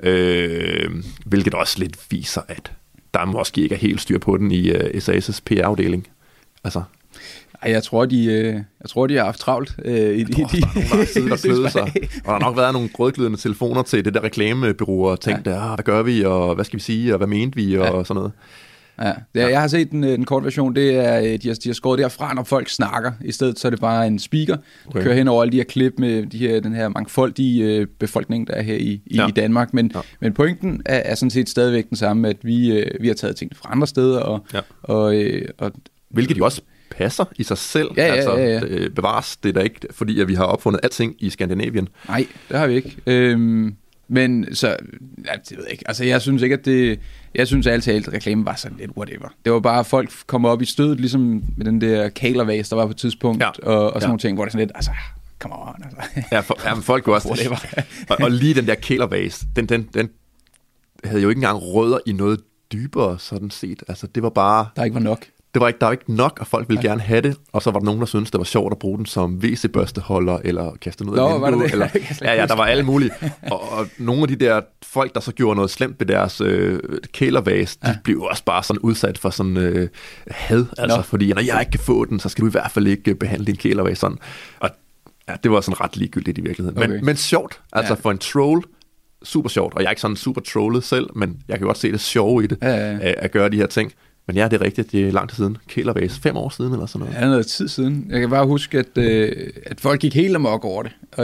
hvilket også lidt viser, at der måske ikke er helt styr på den i SAS' PR-afdeling. Altså... Jeg tror, de har haft travlt. Der har siddet og klødet sig. Og der har nok været nogle grødglødende telefoner til det der reklamebureau og tænkt, hvad gør vi, og hvad skal vi sige, og hvad mente vi, og sådan noget. Ja, jeg har set den korte version, det er, de har skåret derfra, når folk snakker. I stedet så er det bare en speaker, der kører hen over alle de her klip med den her mangfoldige befolkning, der er her i Danmark. Men pointen er sådan set stadigvæk den samme, at vi har taget ting fra andre steder. Og hvilket jo også passer i sig selv. Det bevares det der ikke, fordi at vi har opfundet alting i Skandinavien. Nej, det har vi ikke. Men så, det ved jeg ikke. Altså, jeg synes ikke, at det... Jeg synes altid, at reklamen var sådan lidt whatever. Det var bare, at folk kom op i stødet, ligesom med den der kælervase, der var på et tidspunkt, og sådan nogle ting, hvor det sådan lidt, altså, come on. Altså. Men folk kunne også... og lige den der kælervase, den havde jo ikke engang rødder i noget dybere, sådan set. Altså, det var bare... Der ikke var nok. Der var ikke nok, og folk ville gerne have det, og så var der nogen, der syntes, det var sjovt at bruge den som WC-børsteholder, eller kaste den ud af vinduet. Eller, der var alle mulige. Og nogle af de der folk, der så gjorde noget slemt ved deres kælervase, de blev også bare sådan udsat for sådan had. Altså, fordi når jeg ikke kan få den, så skal du i hvert fald ikke behandle din kælervase sådan. Og det var sådan ret ligegyldigt i virkeligheden. Okay. Men sjovt, altså for en troll, super sjovt. Og jeg er ikke sådan super trollet selv, men jeg kan godt se det sjove i det, at gøre de her ting. Men det er rigtigt, det er lang tid siden. Kælervase, 5 år siden eller sådan noget. Ja, det er noget tid siden. Jeg kan bare huske, at folk gik helt amok over det. Og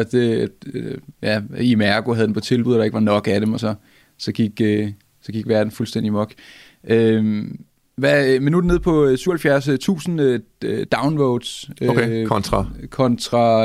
at Imergo havde den på tilbud, og der ikke var nok af dem, og så gik verden fuldstændig amok. Men nu er det nede på 77.000 downvotes. Okay, kontra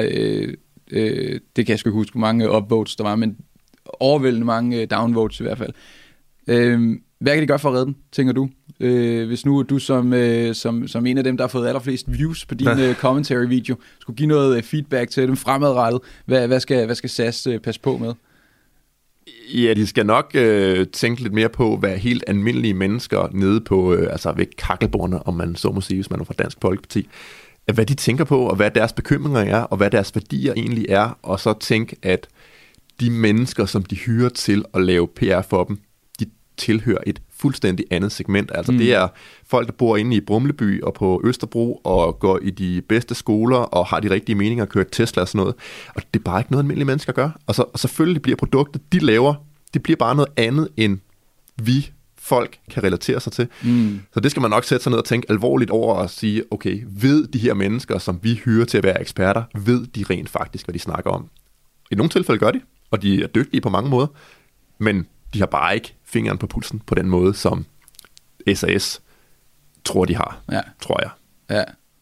det kan jeg sgu ikke huske, hvor mange upvotes der var, men overvældende mange downvotes i hvert fald. Hvad kan de gøre for at redde den, tænker du? Hvis nu du som en af dem, der har fået allerflest views på din commentary-video, skulle give noget feedback til dem fremadrettet, hvad skal SAS passe på med? Ja, de skal nok tænke lidt mere på, hvad helt almindelige mennesker nede på, altså ved kakkelbordene, om man så må sige, hvis man er fra Dansk Folkeparti, hvad de tænker på, og hvad deres bekymringer er, og hvad deres værdier egentlig er, og så tænke, at de mennesker, som de hyrer til at lave PR for dem, tilhører et fuldstændig andet segment. Altså det er folk, der bor inde i Brumleby og på Østerbro og går i de bedste skoler og har de rigtige meninger og kører Tesla og sådan noget. Og det er bare ikke noget, almindelige mennesker gør. Og selvfølgelig bliver produktet, de laver, det bliver bare noget andet, end vi folk kan relatere sig til. Så det skal man nok sætte sig ned og tænke alvorligt over og sige, okay, ved de her mennesker, som vi hyrer til at være eksperter, ved de rent faktisk, hvad de snakker om? I nogle tilfælde gør de, og de er dygtige på mange måder, men de har bare ikke fingeren på pulsen på den måde, som SAS tror, de har. Tror jeg.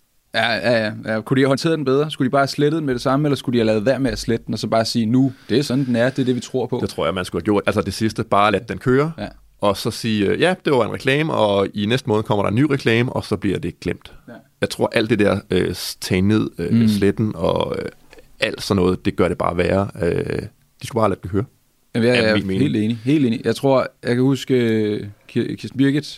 Ja. Kunne de have håndteret den bedre? Skulle de bare have slettet den med det samme, eller skulle de have lavet være med at slette den, og så bare sige, nu, det er sådan, den er, det er det, vi tror på? Det tror jeg, man skulle have gjort. Altså det sidste, bare lade den køre, og så sige, ja, det var en reklame, og i næste måned kommer der en ny reklame, og så bliver det glemt. Ja. Jeg tror, alt det der tage ned, sletten og alt sådan noget, det gør det bare værre. De skulle bare lade den køre. Jeg er helt enig. Jeg tror, jeg kan huske, Kirsten Birgit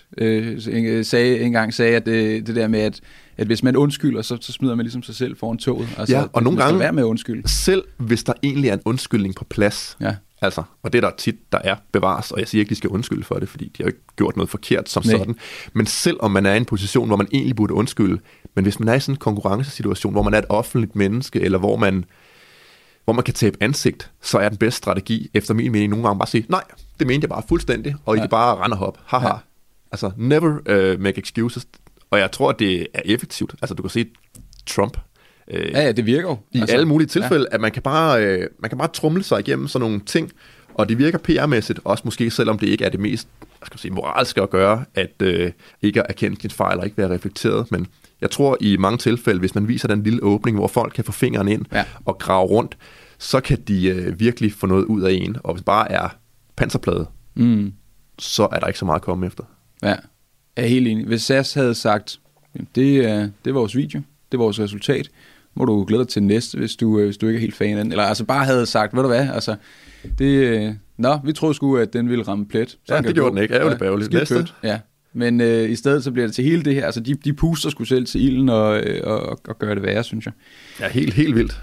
sagde, at det der med, at hvis man undskylder, så smider man ligesom sig selv foran toget. Altså, og nogle gange, være med at undskylde. Selv hvis der egentlig er en undskyldning på plads, altså, og det er der tit, der er bevares, og jeg siger ikke, de skal undskylde for det, fordi de har jo ikke gjort noget forkert som sådan, men selv om man er i en position, hvor man egentlig burde undskylde, men hvis man er i sådan en konkurrencesituation, hvor man er et offentligt menneske, eller hvor man kan tabe ansigt, så er den bedste strategi, efter min mening, nogle gange bare sige, nej, det mente jeg bare fuldstændig, og I kan bare rende og hoppe. Haha. Altså, never make excuses. Og jeg tror, at det er effektivt. Altså, du kan se Trump. Det virker jo. I alle mulige tilfælde, at man kan bare trumle sig igennem sådan nogle ting, og det virker PR-mæssigt, også måske selvom det ikke er det mest moralske at gøre, at ikke at erkende sine fejl og ikke være reflekteret, men jeg tror i mange tilfælde, hvis man viser den lille åbning, hvor folk kan få fingeren ind og grave rundt, så kan de virkelig få noget ud af en, og hvis det bare er panserplade, så er der ikke så meget at komme efter. Ja, jeg er helt enig. Hvis SAS havde sagt, det er vores video, det er vores resultat, må du glæde dig til næste, hvis du ikke er helt fan af den. Eller altså bare havde sagt, ved du hvad, altså, vi troede sgu, at den ville ramme plet. Ja, det gjorde den ikke. Ærgerligt bærgerligt. Næste. Ja, men i stedet så bliver det til hele det her, altså de puster sgu selv til ilden og gør det værre, synes jeg. Ja, helt vildt.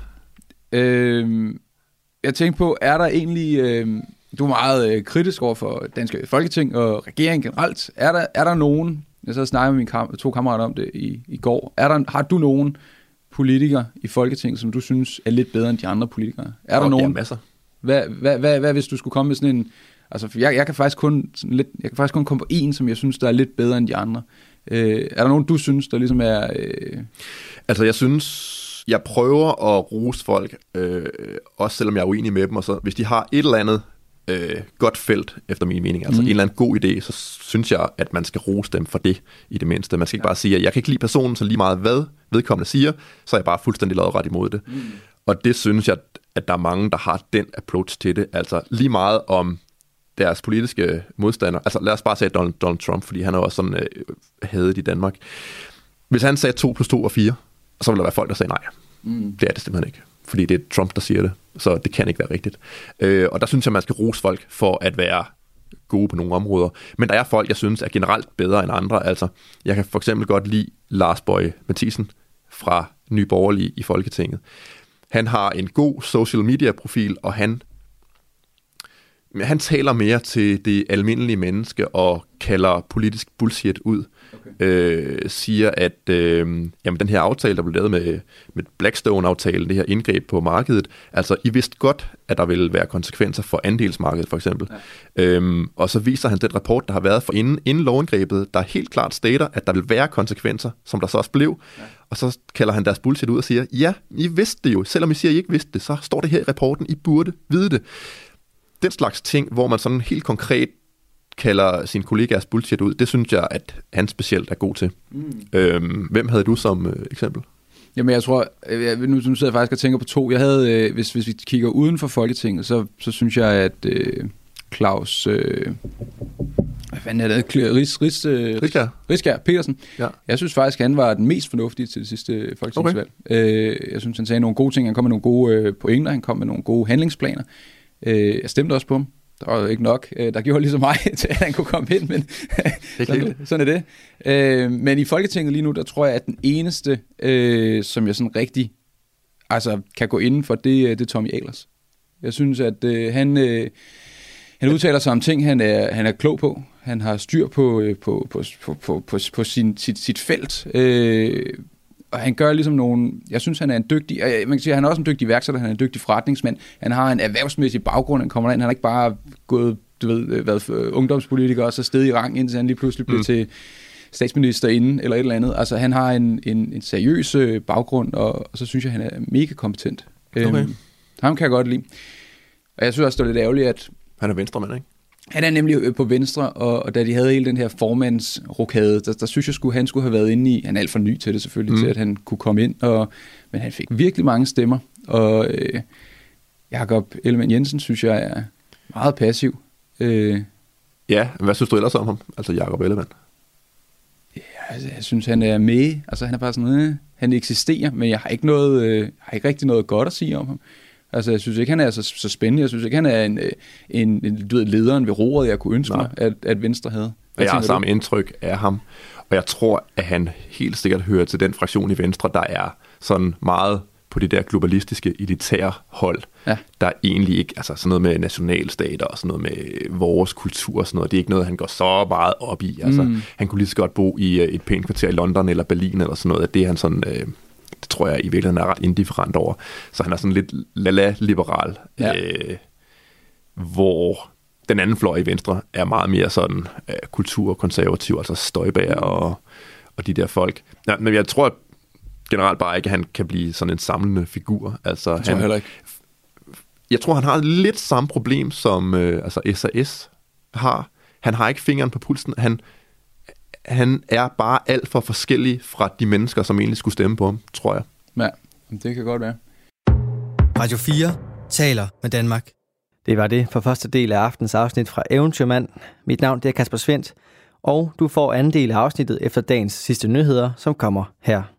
Jeg tænkte på, er der egentlig, du er meget kritisk over for Danske Folketing og regeringen generelt, er der nogen, jeg så snakkede med mine 2 kammerater om det i går, har du nogen politikere i Folketinget, som du synes er lidt bedre end de andre politikere? Er der nogen? Ja, masser. Hvad hvis du skulle komme med sådan en, altså jeg kan faktisk kun komme på en, som jeg synes, der er lidt bedre end de andre. Er der nogen, du synes, der ligesom er... Altså jeg synes, jeg prøver at rose folk, også selvom jeg er uenig med dem, og så hvis de har et eller andet godt felt, efter min mening, altså en eller anden god idé, så synes jeg, at man skal rose dem for det, i det mindste. Man skal ikke bare sige, at jeg kan ikke lide personen, så lige meget hvad vedkommende siger, så er jeg bare fuldstændig lodret imod det. Og det synes jeg, at der er mange, der har den approach til det, altså lige meget om deres politiske modstandere. Altså lad os bare sige Donald Trump, fordi han er også sådan hadet i Danmark. Hvis han sagde 2 + 2 = 4, så ville der være folk, der sagde nej. Det er det simpelthen ikke. Fordi det er Trump, der siger det. Så det kan ikke være rigtigt. Og der synes jeg, man skal rose folk for at være gode på nogle områder. Men der er folk, jeg synes er generelt bedre end andre. Altså, jeg kan for eksempel godt lide Lars Boje Mathiesen fra Nye Borgerlige i Folketinget. Han har en god social media profil, og han taler mere til det almindelige menneske og kalder politisk bullshit ud. Okay. Siger, at jamen, den her aftale, der blev lavet med Blackstone-aftalen, det her indgreb på markedet, altså I vidste godt, at der ville være konsekvenser for andelsmarkedet for eksempel. Ja. Og så viser han den rapport, der har været for inden lovindgrebet, der helt klart stater, at der vil være konsekvenser, som der så også blev. Ja. Og så kalder han deres bullshit ud og siger, ja, I vidste det jo. Selvom I siger, I ikke vidste det, så står det her i rapporten, I burde vide det. Den slags ting, hvor man sådan helt konkret kalder sine kollegaers bullshit ud, det synes jeg, at han specielt er god til. Hvem havde du som eksempel? Jamen jeg tror, nu sidder jeg faktisk og tænker på 2. Jeg havde, hvis vi kigger uden for Folketinget, så synes jeg, at Claus... hvad fanden er det? Riskær Petersen. Ja. Jeg synes faktisk, han var den mest fornuftige til det sidste folketingsvalg. Okay. Jeg synes, han sagde nogle gode ting. Han kom med nogle gode pointer. Han kom med nogle gode handlingsplaner. Jeg stemte også på ham. Der var jo ikke nok, der gjorde ligesom mig, til at han kunne komme ind, men sådan er det. Men i Folketinget lige nu, der tror jeg, at den eneste, som jeg sådan rigtig kan gå inden for, det er Tommy Ahlers. Jeg synes, at han udtaler sig om ting, han er klog på. Han har styr på sit felt. Og han gør ligesom nogle... Jeg synes, han er en dygtig... Man kan sige, han er også en dygtig iværksætter, han er en dygtig forretningsmand. Han har en erhvervsmæssig baggrund, han kommer ind. Han har ikke bare gået, været ungdomspolitiker og så sted i rang, indtil han lige pludselig blev til statsminister inden, eller et eller andet. Altså, han har en seriøs baggrund, og så synes jeg, han er mega kompetent. Okay. Ham kan jeg godt lide. Og jeg synes også, det er lidt ærgerligt, at... Han er venstremand, ikke? Han er nemlig på venstre, og da de havde hele den her formandsrokade, der synes jeg, han skulle have været inde i, han er alt for ny til det selvfølgelig, til at han kunne komme ind, men han fik virkelig mange stemmer, og Jakob Ellemann-Jensen synes jeg er meget passiv. Ja, hvad synes du ellers om ham, altså Jakob Ellemann? Ja, altså, jeg synes, han er med, altså han er bare sådan, han eksisterer, men jeg har ikke rigtig noget godt at sige om ham. Altså, jeg synes ikke, han er så spændende. Jeg synes ikke, han er en lederen ved roret, jeg kunne ønske mig, at Venstre havde. Jeg har samme indtryk af ham, og jeg tror, at han helt sikkert hører til den fraktion i Venstre, der er sådan meget på det der globalistiske, elitære hold, der egentlig ikke, altså sådan noget med nationalstater og sådan noget med vores kultur og sådan noget, det er ikke noget, han går så meget op i. Altså, han kunne lige så godt bo i et pænt kvarter i London eller Berlin eller sådan noget, at det er han sådan... det tror jeg i virkeligheden er ret indifferent over. Så han er sådan lidt liberal, hvor den anden fløj i Venstre er meget mere sådan kulturkonservativ, altså Støjberg og de der folk. Ja, men jeg tror generelt bare ikke, at han kan blive sådan en samlende figur. Altså, jeg tror heller ikke. Jeg tror, han har lidt samme problem, som SAS har. Han har ikke fingeren på pulsen. Han er bare alt for forskellig fra de mennesker, som egentlig skulle stemme på ham, tror jeg. Ja, det kan godt være. Radio 4 taler med Danmark. Det var det for første del af aftens afsnit fra Eventyrmand. Mit navn det er Kasper Svendt, og du får anden del af afsnittet efter dagens sidste nyheder, som kommer her.